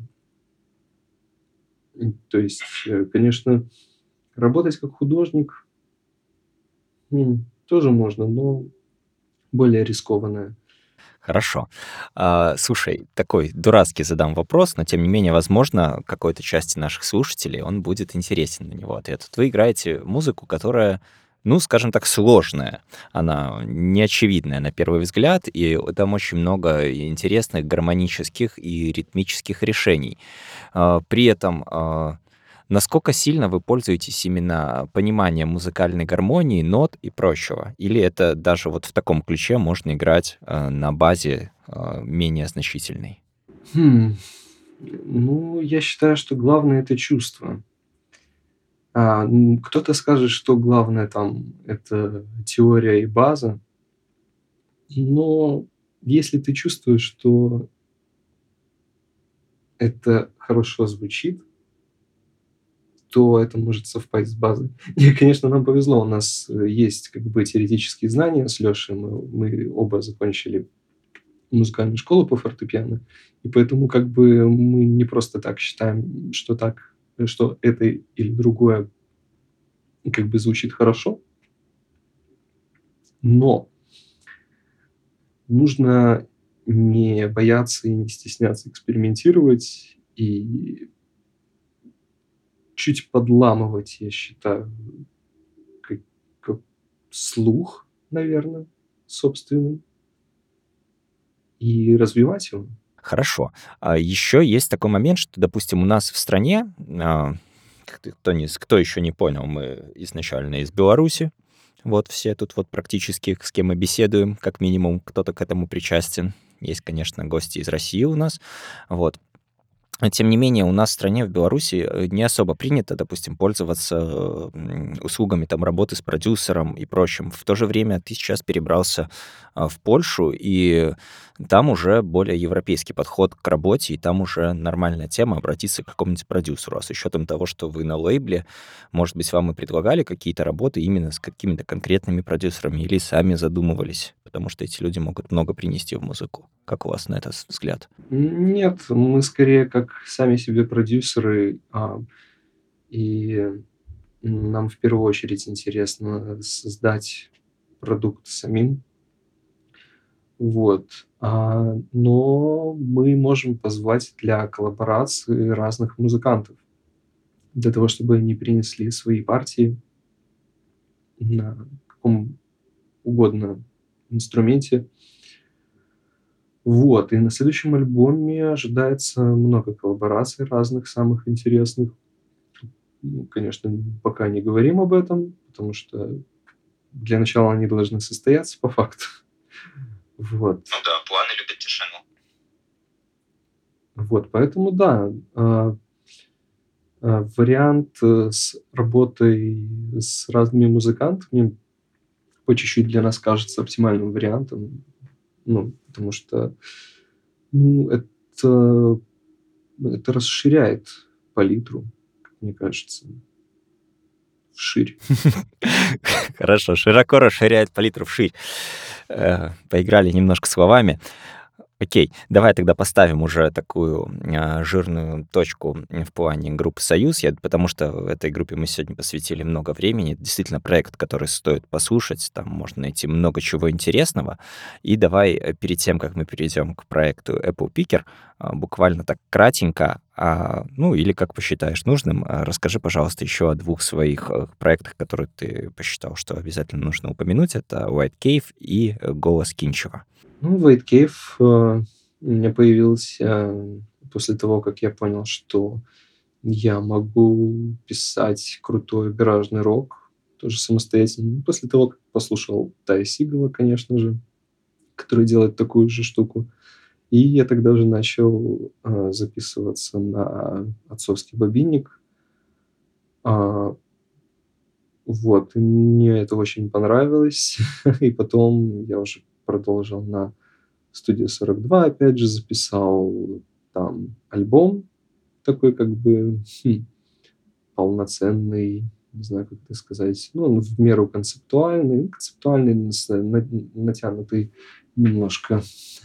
М, то есть, э, конечно, работать как художник, м, тоже можно, но более рискованно. Хорошо. А, слушай, такой дурацкий задам вопрос, но тем не менее, возможно, какой-то части наших слушателей он будет интересен на него ответ. Вот вы играете музыку, которая, ну, скажем так, сложная. Она неочевидная на первый взгляд, и там очень много интересных гармонических и ритмических решений. А, При этом а, насколько сильно вы пользуетесь именно пониманием музыкальной гармонии, нот и прочего? Или это даже вот в таком ключе можно играть э, на базе э, менее значительной? Хм, ну, я считаю, что главное — это чувство. А, м, кто-то скажет, что главное там — это теория и база, но если ты чувствуешь, что это хорошо звучит, то это может совпасть с базой. И, конечно, нам повезло, у нас, э, есть как бы теоретические знания с Лешей, мы мы оба закончили музыкальную школу по фортепиано, и поэтому как бы мы не просто так считаем, что так, э, что это или другое как бы звучит хорошо, но нужно не бояться и не стесняться экспериментировать и чуть подламывать, я считаю, как как слух, наверно, собственный, и развивать его. Хорошо. А еще есть такой момент, что, допустим, у нас в стране, а, кто, кто не, кто еще не понял, мы изначально из Беларуси, вот все тут вот практически, с кем мы беседуем, как минимум, кто-то к этому причастен. Есть, конечно, гости из России у нас, вот. А Тем не менее, у нас в стране, в Беларуси, э, не особо принято, допустим, пользоваться э, м, услугами там работы с продюсером и прочим. В то же время ты сейчас перебрался а, в Польшу, и там уже более европейский подход к работе, и там уже нормальная тема обратиться к какому-нибудь продюсеру. А с учетом того, что вы на лейбле, может быть, вам и предлагали какие-то работы именно с какими-то конкретными продюсерами или сами задумывались, потому что эти люди могут много принести в музыку. Как у вас на это с- взгляд? Нет, мы скорее как сами себе продюсеры, а, и нам в первую очередь интересно создать продукт самим. Вот. А, но мы можем позвать для коллаборации разных музыкантов, для того, чтобы они принесли свои партии на каком угодно инструменте. Вот. И на следующем альбоме ожидается много коллабораций разных, самых интересных. Ну, конечно, пока не говорим об этом, потому что для начала они должны состояться по факту. Вот. Ну да, планы любят тишину. Вот, поэтому да, а, а, вариант э, с работой с разными музыкантами по чуть-чуть для нас кажется оптимальным вариантом. Ну, потому что, ну, это, это расширяет палитру, как мне кажется, вширь. Хорошо, широко расширяет палитру вширь. Э, Поиграли немножко словами. Окей, давай тогда поставим уже такую а, жирную точку в плане группы «Союз», я, потому что этой группе мы сегодня посвятили много времени. Это действительно проект, который стоит послушать, там можно найти много чего интересного. И давай э, перед тем, как мы перейдем к проекту Apple Picker, а, буквально так кратенько, а, ну или как посчитаешь нужным, а, расскажи, пожалуйста, еще о двух своих э, проектах, которые ты посчитал, что обязательно нужно упомянуть. Это White Cave и э, «Голос Кинчева». Ну, White Cave э, у меня появился э, после того, как я понял, что я могу писать крутой гаражный рок, тоже самостоятельно. Ну, после того, как послушал Тая Сигала, конечно же, который делает такую же штуку. И я тогда уже начал э, записываться на отцовский бобинник. А, вот, и мне это очень понравилось. И потом я уже продолжил на студии сорок два, опять же, записал там альбом такой как бы хм, полноценный, не знаю, как это сказать, ну, он в меру концептуальный, ну, концептуальный, не знаю, на- натянутый немножко.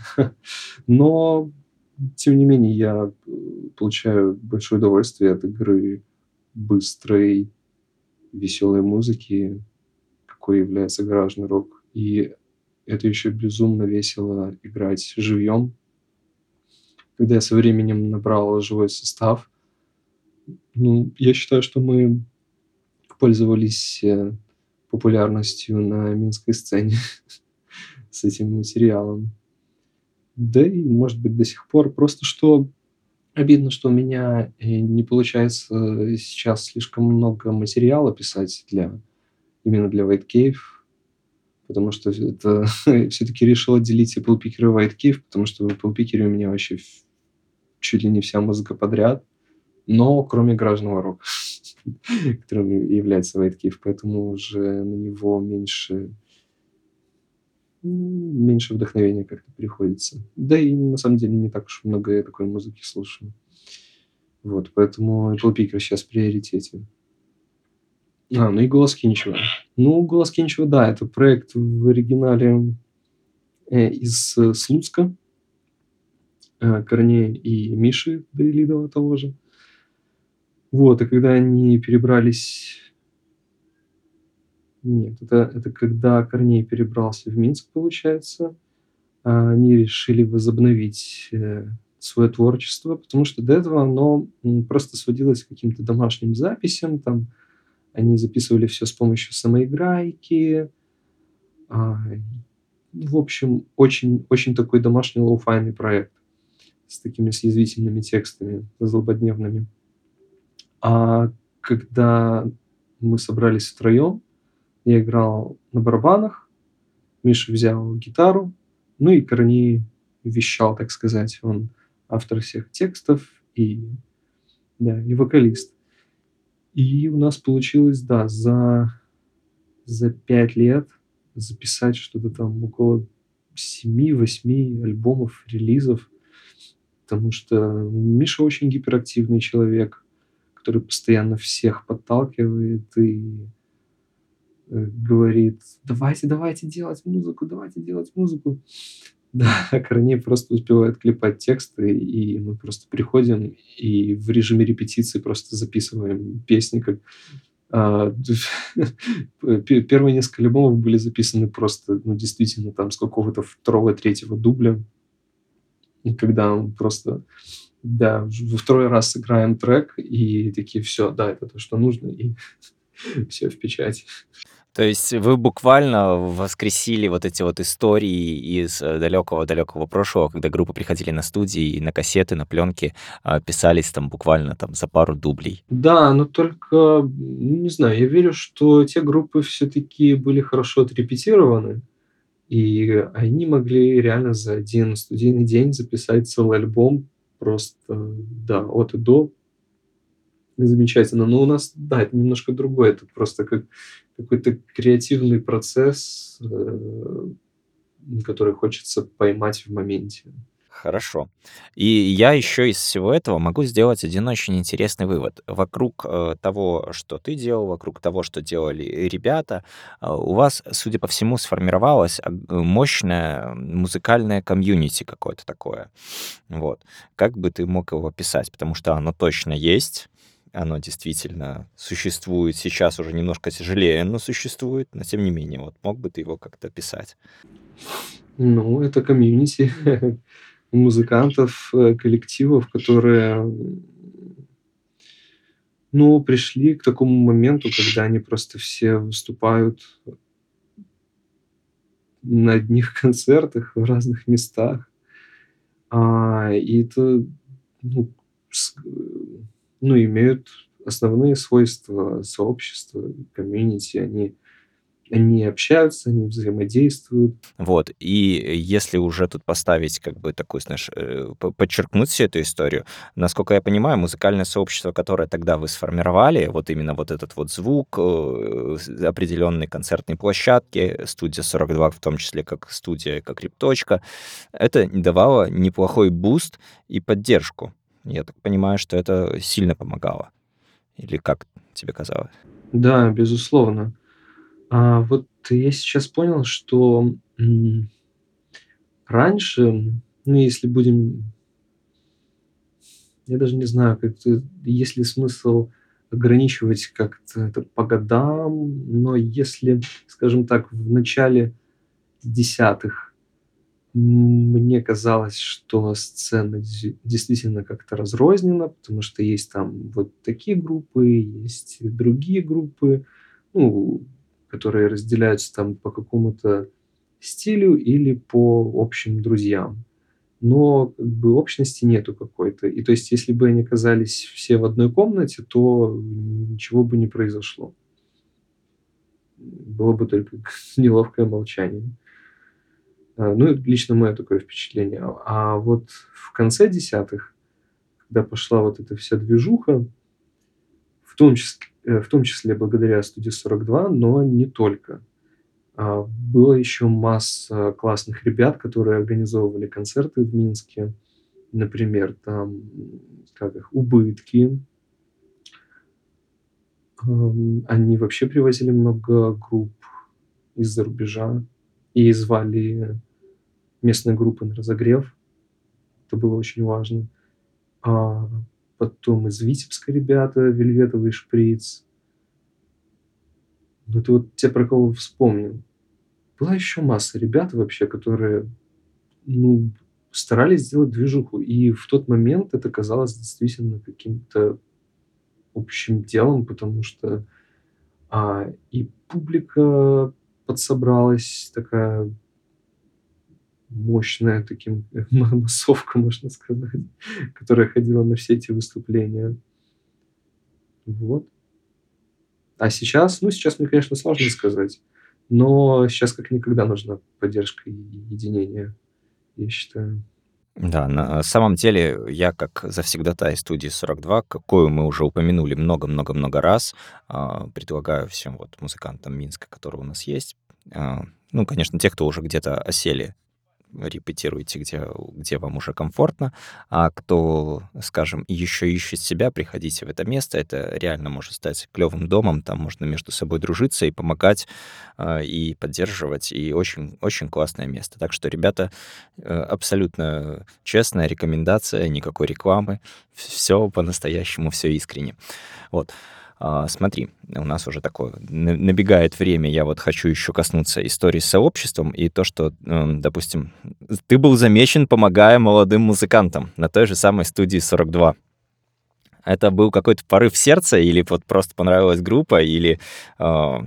Но, тем не менее, я э, получаю большое удовольствие от игры быстрой, веселой музыки, какой является гаражный рок. И это еще безумно весело играть живьем. Когда я со временем набрал живой состав, ну, я считаю, что мы пользовались э, популярностью на минской сцене с этим материалом. Да и, может быть, до сих пор. Просто что обидно, что у меня э, не получается э, сейчас слишком много материала писать для именно для White Cave, потому что это все-таки решил отделить Apple Picker и White Cave, потому что в Apple Picker у меня вообще в- чуть ли не вся музыка подряд, но кроме гаражного рока, которым является White Cave, поэтому уже на него меньше м, меньше вдохновения как-то приходится. Да и на самом деле не так уж много я такой музыки слушаю. Вот, поэтому Apple Picker сейчас в приоритете. А, ну и «Голос Кинчева». Ну, «Голос Кинчева», да, это проект в оригинале э, из э, Слуцка, э, Корнея и Миши Давилидова того же. Вот, и когда они перебрались... Нет, это, это когда Корней перебрался в Минск, получается, а, они решили возобновить э, свое творчество, потому что до этого оно м, просто сводилось к каким-то домашним записям, там они записывали все с помощью самоиграйки, а, в общем, очень, очень такой домашний лоу-файный проект с такими съязвительными текстами, злободневными. А когда мы собрались втроем, я играл на барабанах, Миша взял гитару, ну и Корней вещал, так сказать. Он автор всех текстов и, да, и вокалист. И у нас получилось, да, за, за пять лет записать что-то там около семи-восьми альбомов, релизов, потому что Миша очень гиперактивный человек, который постоянно всех подталкивает и э, говорит: давайте, давайте делать музыку, давайте делать музыку. Да, а Корней просто успевает клепать тексты, и мы просто приходим и в режиме репетиции просто записываем песни, как а, пе- первые несколько альбомов были записаны просто, ну, действительно, там с какого-то второго, третьего дубля, и когда мы просто, да, во второй раз сыграем трек, и такие, все, да, это то, что нужно, и все в печать. То есть вы буквально воскресили вот эти вот истории из э, далекого-далекого прошлого, когда группы приходили на студии и на кассеты, на пленки а, писались там буквально там за пару дублей. Да, но только, ну, не знаю, я верю, что те группы все-таки были хорошо отрепетированы, и они могли реально за один студийный день записать целый альбом просто, да, от и до. Замечательно. Но у нас, да, это немножко другое. Это просто как какой-то креативный процесс, э, который хочется поймать в моменте. Хорошо. И я еще из всего этого могу сделать один очень интересный вывод. Вокруг э, того, что ты делал, вокруг того, что делали ребята, э, у вас, судя по всему, сформировалось ог- мощное музыкальное комьюнити какое-то такое. Вот. Как бы ты мог его описать? Потому что оно точно есть, оно действительно существует. Сейчас уже немножко тяжелее, но существует, но тем не менее. Вот мог бы ты его как-то описать? Ну, это комьюнити музыкантов, э, коллективов, которые, м, ну, пришли к такому моменту, когда они просто все выступают на одних концертах в разных местах. А, и это, ну, с э, ну, имеют основные свойства сообщества, комьюнити. Они они общаются, они взаимодействуют. Вот, и если уже тут поставить, как бы, такую, знаешь, э, п подчеркнуть всю эту историю, насколько я понимаю, музыкальное сообщество, которое тогда вы сформировали, вот именно вот этот вот звук, э, с определенные концертные площадки, студия сорок два, в том числе как студия, как Репточка, это давало неплохой буст и поддержку. Я так понимаю, что это сильно помогало. Или как тебе казалось? Да, безусловно. А вот я сейчас понял, что, м, раньше, ну, если будем я даже не знаю, как-то есть ли смысл ограничивать как-то это по годам, но если, скажем так, в начале десятых мне казалось, что сцена дзи действительно как-то разрознена, потому что есть там вот такие группы, есть другие группы, ну, которые разделяются там по какому-то стилю или по общим друзьям. Но как бы общности нету какой-то. И то есть, если бы они оказались все в одной комнате, то ничего бы не произошло. Было бы только неловкое молчание. А, ну, это лично мое такое впечатление. А вот в конце десятых, когда пошла вот эта вся движуха, в том числе, э, в том числе благодаря студии сорок два, но не только. А, было еще масса классных ребят, которые организовывали концерты в Минске. Например, там, м, как их, "Убытки". Ам, они вообще привозили много групп из-за рубежа и звали местные группы на разогрев. Это было очень важно. А, потом из Витебска ребята, "Вельветовый шприц". Ну, это вот те, про кого вспомнил. Была еще масса ребят вообще, которые, ну, старались сделать движуху. И в тот момент это казалось действительно каким-то общим делом, потому что, а, и публика подсобралась такая мощная, таким ма массовка, можно сказать, которая ходила на все эти выступления. Вот. А сейчас, ну, сейчас мне, конечно, сложно сказать, но сейчас как никогда нужна поддержка и единение, я считаю. Да, на самом деле я как завсегдатай студии сорок два, какую мы уже упомянули много-много-много раз, а, предлагаю всем вот музыкантам Минска, которые у нас есть, а, ну, конечно, те, кто уже где-то осели, репетируйте, где, где вам уже комфортно, а кто, скажем, еще ищет себя, приходите в это место, это реально может стать клевым домом, там можно между собой дружиться и помогать, а, и поддерживать, и очень, очень классное место. Так что, ребята, э, абсолютно честная рекомендация, никакой рекламы, все по-настоящему, все искренне. Вот. А, смотри, у нас уже такое на- набегает время, я вот хочу еще коснуться истории с сообществом и то, что, эм, допустим, ты был замечен, помогая молодым музыкантам на той же самой студии сорок два. Это был какой-то порыв сердца или вот просто понравилась группа, или а,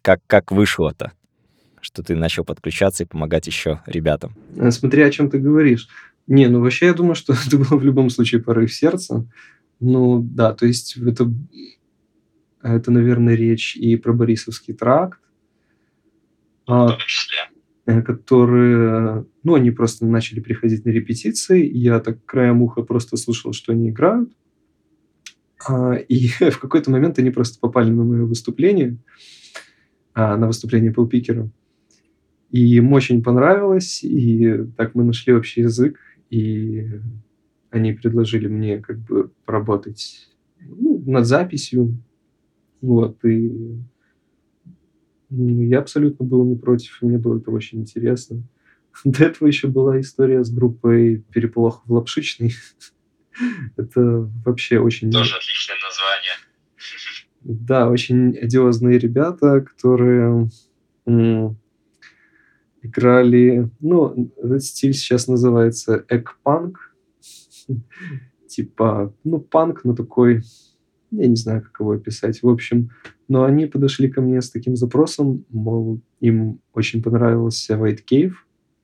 Как, как вышло-то, что ты начал подключаться и помогать еще ребятам? Э, Смотря о чем ты говоришь. Не, ну вообще я думаю, что это был в любом случае порыв сердца. Ну да, то есть это, это, наверное, речь и про Борисовский тракт, В а, том числе. э, которые, ну, они просто начали приходить на репетиции, и я так краем уха просто слушал, что они играют. А, и в какой-то момент они просто попали на мое выступление, а, на выступление Пол Пикера. И им очень понравилось, и так мы нашли общий язык, и они предложили мне как бы поработать, ну, над записью. Вот, и м, я абсолютно был не против, и мне было это очень интересно. До этого еще была история с группой «Переполох в Лапшичной». Это вообще очень, Тоже отличное название. да, очень одиозные ребята, которые м, играли, ну, этот стиль сейчас называется эк-панк, типа, ну, панк, но такой, я не знаю, как его описать. В общем, но они подошли ко мне с таким запросом, мол, им очень понравился White Cave,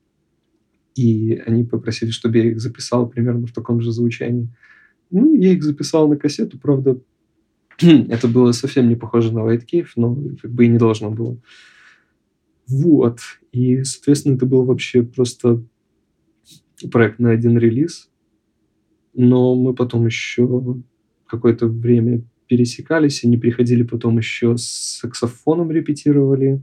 и они попросили, чтобы я их записал примерно в таком же звучании. Ну, я их записал на кассету, правда, это было совсем не похоже на White Cave, но как бы и не должно было. Вот. И, соответственно, это был вообще просто проект на один релиз. Но мы потом еще какое-то время пересекались, они приходили потом еще с саксофоном репетировали.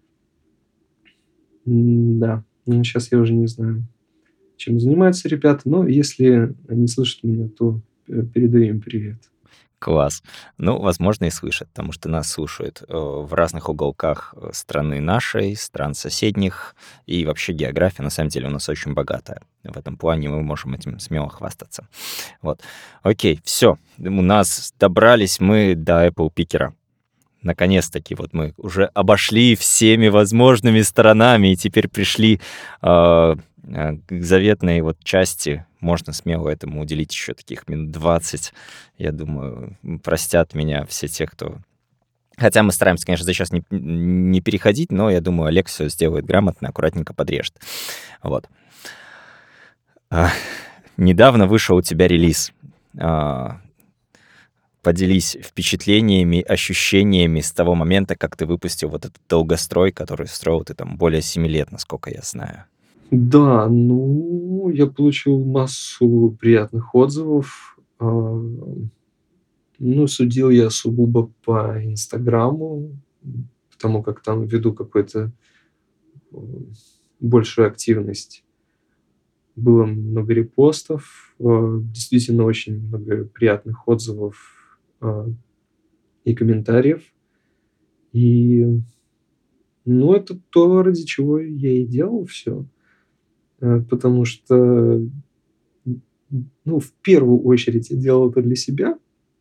М-да, ну, сейчас я уже не знаю, чем занимаются ребята, но если они слышат меня, то, э, передаю им привет. Класс. Ну, возможно, и слышат, потому что нас слушают э, в разных уголках э, страны нашей, стран соседних, и вообще география, на самом деле, у нас очень богатая. В этом плане мы можем этим смело хвастаться. Вот. Окей, все. У нас добрались мы до Apple Picker. Наконец-таки вот мы уже обошли всеми возможными сторонами и теперь пришли э, э, к заветной вот части. Можно смело этому уделить еще таких минут двадцать. Я думаю, м, простят меня все те, кто... Хотя мы стараемся, конечно, за сейчас не, не переходить, но я думаю, Олег все сделает грамотно, аккуратненько подрежет. Вот. А, недавно вышел у тебя релиз. А, Поделись впечатлениями, ощущениями с того момента, как ты выпустил вот этот долгострой, который строил ты там более семи лет, насколько я знаю. Да, ну, я получил массу приятных отзывов. А, ну, судил я сугубо по «Инстаграму», м, потому как там веду какую-то, м, большую активность. Было много репостов, а, действительно очень много приятных отзывов, а, и комментариев. И, ну, это то, ради чего я и делал все, потому что, м, ну, в первую очередь я делал это для себя,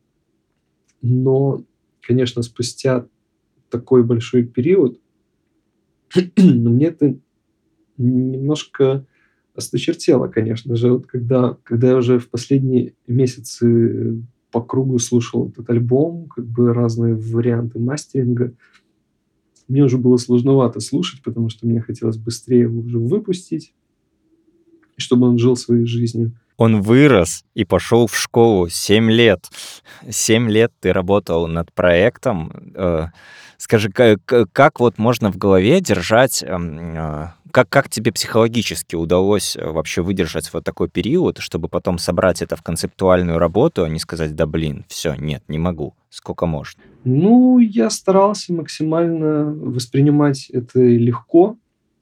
но, конечно, спустя такой большой период, ну, мне это немножко осточертело, конечно же. Вот когда когда я уже в последние месяцы по кругу слушал этот альбом, как бы разные варианты мастеринга, мне уже было сложновато слушать, потому что мне хотелось быстрее его уже выпустить, и чтобы он жил своей жизнью. Он вырос и пошел в школу. Семь лет. Семь лет ты работал над проектом. Э, Скажи, ка- ка- как вот можно в голове держать, эм, э, как, как тебе психологически удалось э, вообще выдержать вот такой период, чтобы потом собрать это в концептуальную работу, а не сказать, да блин, все, нет, не могу, сколько можно. Ну, я старался максимально воспринимать это легко.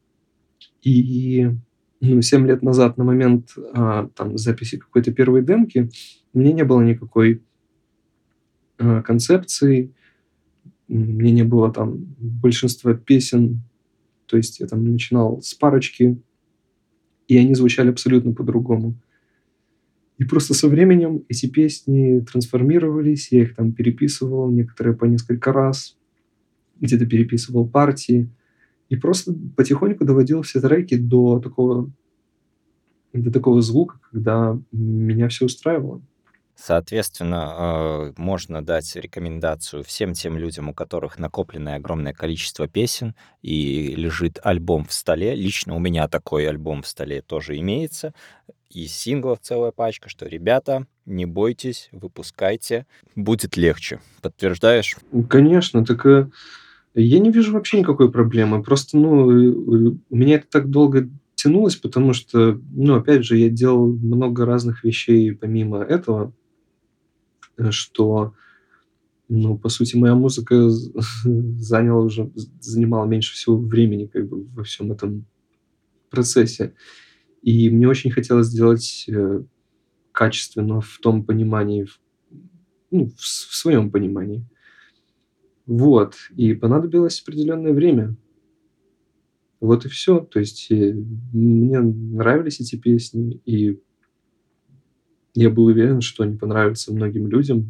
И, ну, семь лет назад, на момент, а, там, записи какой-то первой демки, у меня не было никакой, а, концепции, м, у меня не было там большинства песен. То есть я там начинал с парочки, и они звучали абсолютно по-другому. И просто со временем эти песни трансформировались, я их там переписывал, некоторые по несколько раз, где-то переписывал партии. И просто потихоньку доводил все треки до такого до такого звука, когда меня все устраивало. Соответственно, э, можно дать рекомендацию всем тем людям, у которых накопленное огромное количество песен и лежит альбом в столе. Лично у меня такой альбом в столе тоже имеется. И синглов целая пачка, что, ребята, не бойтесь, выпускайте, будет легче. Подтверждаешь? Ну, конечно, так э, я не вижу вообще никакой проблемы. Просто, ну, э, э, у меня это так долго тянулось, потому что, ну, опять же, я делал много разных вещей помимо этого, э, что, ну, по сути, моя музыка з- заняла уже, з- занимала меньше всего времени как бы во всем этом процессе. И мне очень хотелось сделать э, качественно в том понимании, в- ну, в, с- в своем понимании. Вот. И понадобилось определенное время. Вот и все. То есть, э, мне нравились эти песни, и я был уверен, что они понравятся многим людям.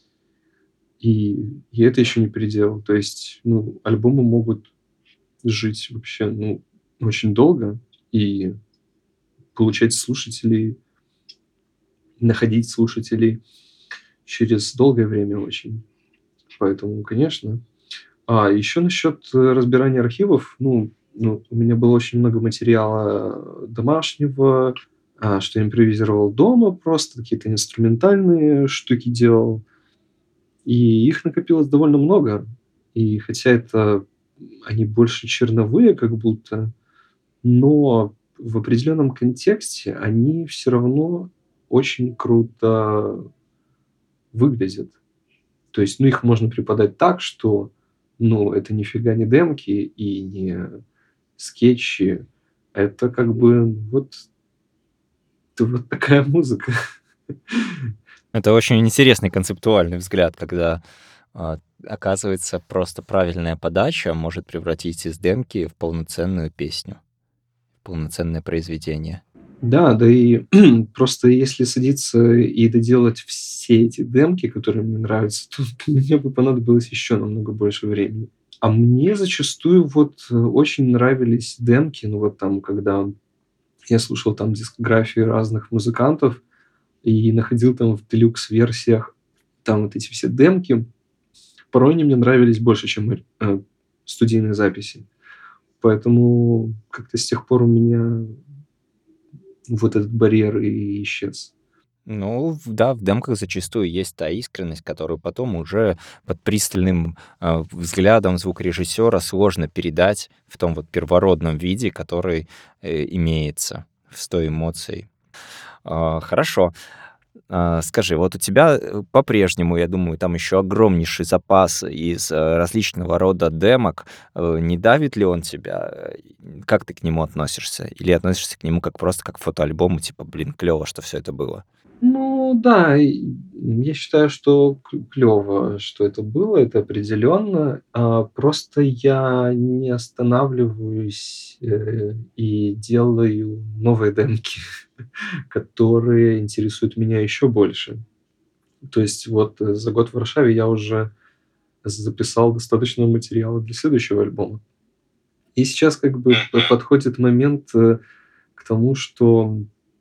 И и это еще не предел. То есть, ну, альбомы могут жить вообще, ну, очень долго и получать слушателей, находить слушателей через долгое время очень. Поэтому, конечно. А еще насчет, э, разбирания архивов. Ну ну, у меня было очень много материала домашнего, а, что я импровизировал дома, просто какие-то инструментальные штуки делал. И их накопилось довольно много. И хотя это они больше черновые как будто, но в определенном контексте они все равно очень круто выглядят. То есть, ну, их можно преподать так, что, ну, это нифига не демки и не скетчи. Это как бы вот т вот такая музыка. Это очень интересный концептуальный взгляд, когда, а, оказывается, просто правильная подача может превратить из демки в полноценную песню, в полноценное произведение. Да, да и просто если садиться и доделать все эти демки, которые мне нравятся, то мне бы понадобилось еще намного больше времени. А мне зачастую вот, э, очень нравились демки. Ну, вот там, когда я слушал там дискографии разных музыкантов и находил там в делюкс-версиях там вот эти все демки. Порой они мне нравились больше, чем, э, студийные записи. Поэтому как-то с тех пор у меня вот этот барьер и исчез. Ну, в да, в демках зачастую есть та искренность, которую потом уже под пристальным, а, взглядом звукорежиссера сложно передать в том вот первородном виде, который, э, имеется с той эмоцией. А, хорошо. А, скажи, вот у тебя, э, по-прежнему, я думаю, там еще огромнейший запас из, э, различного рода демок. Э, не давит ли он тебя? Э, как ты к нему относишься? Или относишься к нему как просто как к фотоальбому, типа: "Блин, клево, что все это было"? Ну да, и я считаю, что клево, что это было, это определенно. А, просто я не останавливаюсь, э, и делаю новые демки, которые интересуют меня еще больше. То есть вот, э, за год в Варшаве я уже записал достаточно материала для следующего альбома. И сейчас как бы п подходит момент, э, к тому, что,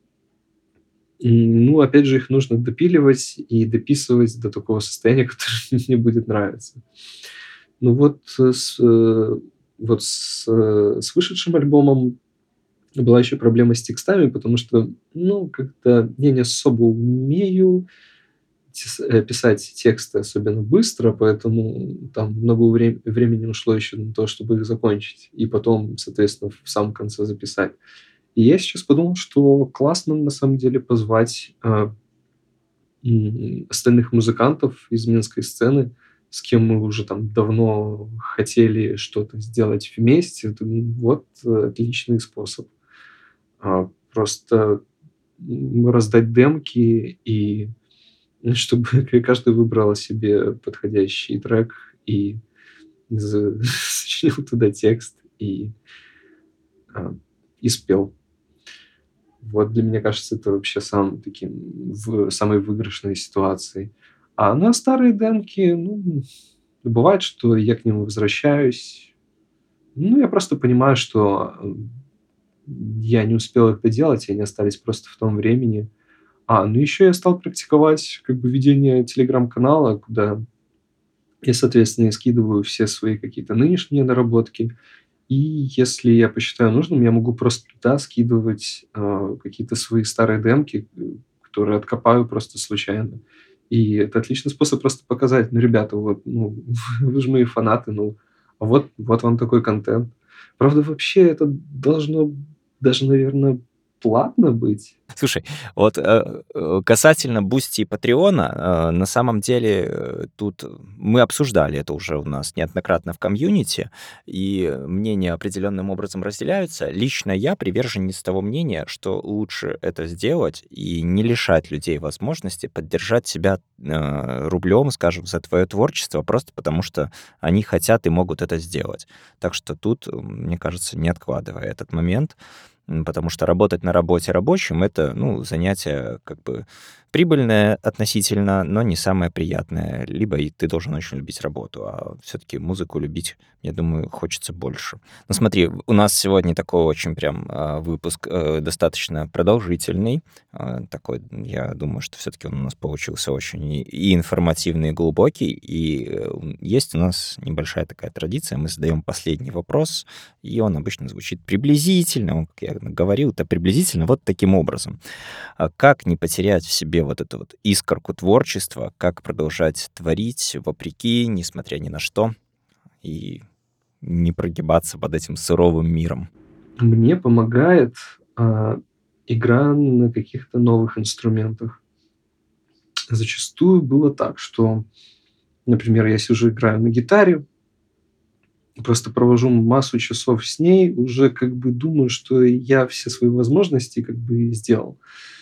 м, ну, опять же, их нужно допиливать и дописывать до такого состояния, которое мне будет нравиться. Ну вот, э, с э, вот с э, с вышедшим альбомом была еще проблема с текстами, потому что, ну, как-то я не особо умею тес э, писать тексты особенно быстро, поэтому там много вре времени ушло еще на то, чтобы их закончить и потом, соответственно, в самом конце записать. И я сейчас подумал, что классно на самом деле позвать, а, м, остальных музыкантов из минской сцены, с кем мы уже там давно хотели что-то сделать вместе. Это, м, вот, э, отличный способ. А, просто, м, раздать демки и, ну, чтобы каждый выбрал себе подходящий трек и з сочинил туда текст и, а, и спел. Вот для меня кажется, это вообще самым таким в самой выигрышной ситуацией. А на старые демки, ну, бывает, что я к ним возвращаюсь. Ну, я просто понимаю, что, м, я не успел их доделать, и они остались просто в том времени. А, ну еще я стал практиковать как бы ведение телеграм-канала, куда я, соответственно, скидываю все свои какие-то нынешние наработки. И если я посчитаю нужным, я могу просто туда скидывать а, какие-то свои старые демки, э, которые откопаю просто случайно. И это отличный способ просто показать, ну, ребята, вот, ну, вы же мои фанаты, ну, а вот, вот вам такой контент. Правда, вообще это должно даже, наверное, платно быть. Слушай, вот э, э, касательно Бусти и Патреона, э, на самом деле э, тут мы обсуждали это уже у нас неоднократно в комьюнити, и мнения определенным образом разделяются. Лично я приверженец того мнения, что лучше это сделать и не лишать людей возможности поддержать себя э, рублем, скажем, за твое творчество, просто потому что они хотят и могут это сделать. Так что тут, мне кажется, не откладывая этот момент, м, потому что работать на работе рабочим — это, ну, занятие как бы прибыльное относительно, но не самое приятное. Либо и ты должен очень любить работу, а все-таки музыку любить, я думаю, хочется больше. Ну смотри, у нас сегодня такой очень прям а, выпуск э, достаточно продолжительный. А, Такой, я думаю, что все-таки он у нас получился очень и и информативный, и глубокий. И э, есть у нас небольшая такая традиция. Мы задаем последний вопрос, и он обычно звучит приблизительно, он, как я говорил, это приблизительно вот таким образом. А Как не потерять в себе вот эту вот искорку творчества, как продолжать творить вопреки, несмотря ни на что, и не прогибаться под этим суровым миром? Мне помогает а, игра на каких-то новых инструментах. Зачастую было так, что, например, я сижу, играю на гитаре, просто провожу массу часов с ней, уже как бы думаю, что я все свои возможности как бы сделал.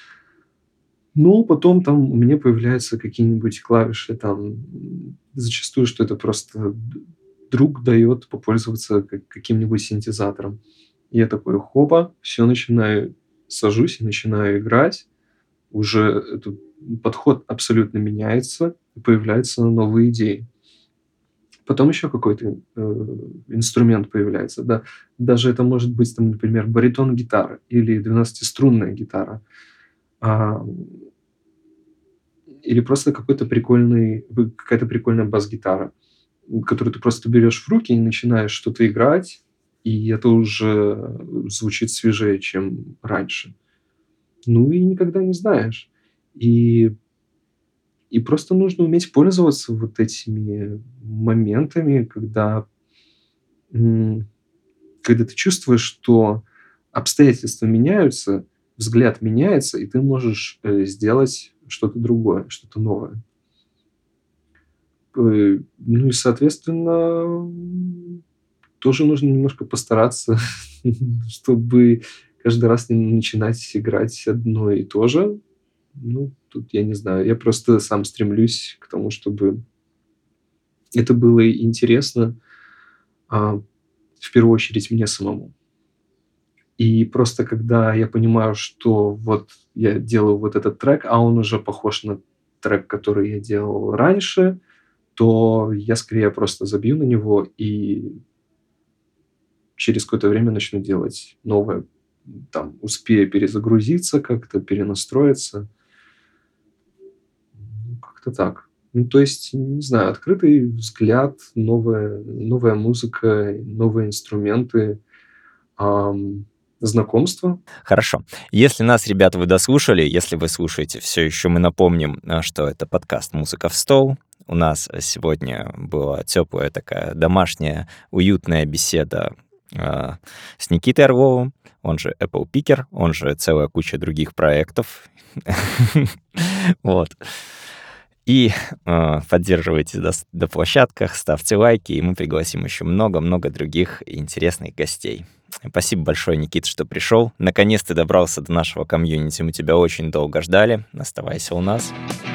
Ну, потом там у меня появляются какие-нибудь клавиши, там, м, зачастую, что это просто д- друг дает попользоваться как- каким-нибудь синтезатором. И я такой, хопа, все, начинаю, сажусь и начинаю играть. Уже этот подход абсолютно меняется, и появляются новые идеи. Потом еще какой-то э, инструмент появляется, да. Даже это может быть, там, например, баритон-гитара или двенадцатиструнная гитара. А, Или просто какой-то прикольный, вы- какая-то прикольная бас-гитара, м, которую ты просто берешь в руки и начинаешь что-то играть, и это уже звучит свежее, чем раньше. Ну и никогда не знаешь. И, и просто нужно уметь пользоваться вот этими моментами, когда, м, когда ты чувствуешь, что обстоятельства меняются, взгляд меняется, и ты можешь э, сделать что-то другое, что-то новое. Э, ну и, соответственно, м, тоже нужно немножко постараться, чтобы каждый раз не начинать играть одно и то же. Ну, тут я не знаю. Я просто сам стремлюсь к тому, чтобы это было и интересно, а, в первую очередь мне самому. И просто когда я понимаю, что вот я делаю вот этот трек, а он уже похож на трек, который я делал раньше, то я скорее просто забью на него и через какое-то время начну делать новое. Там успею перезагрузиться как-то, перенастроиться. Ну, как-то так. Ну, то есть, не знаю, открытый взгляд, новая, новая музыка, новые инструменты, ам, знакомство. Хорошо. Если нас, ребята, вы дослушали, если вы слушаете все еще, мы напомним, а, что это подкаст «Музыка в стол». У нас сегодня была теплая такая домашняя, уютная беседа а, с Никитой Орловым, он же Apple Picker, он же целая куча других проектов. Вот. И э, поддерживайте до, до площадках, ставьте лайки, и мы пригласим еще много-много других интересных гостей. Спасибо большое, Никит, что пришел. Наконец ты добрался до нашего комьюнити, мы тебя очень долго ждали. Оставайся у нас.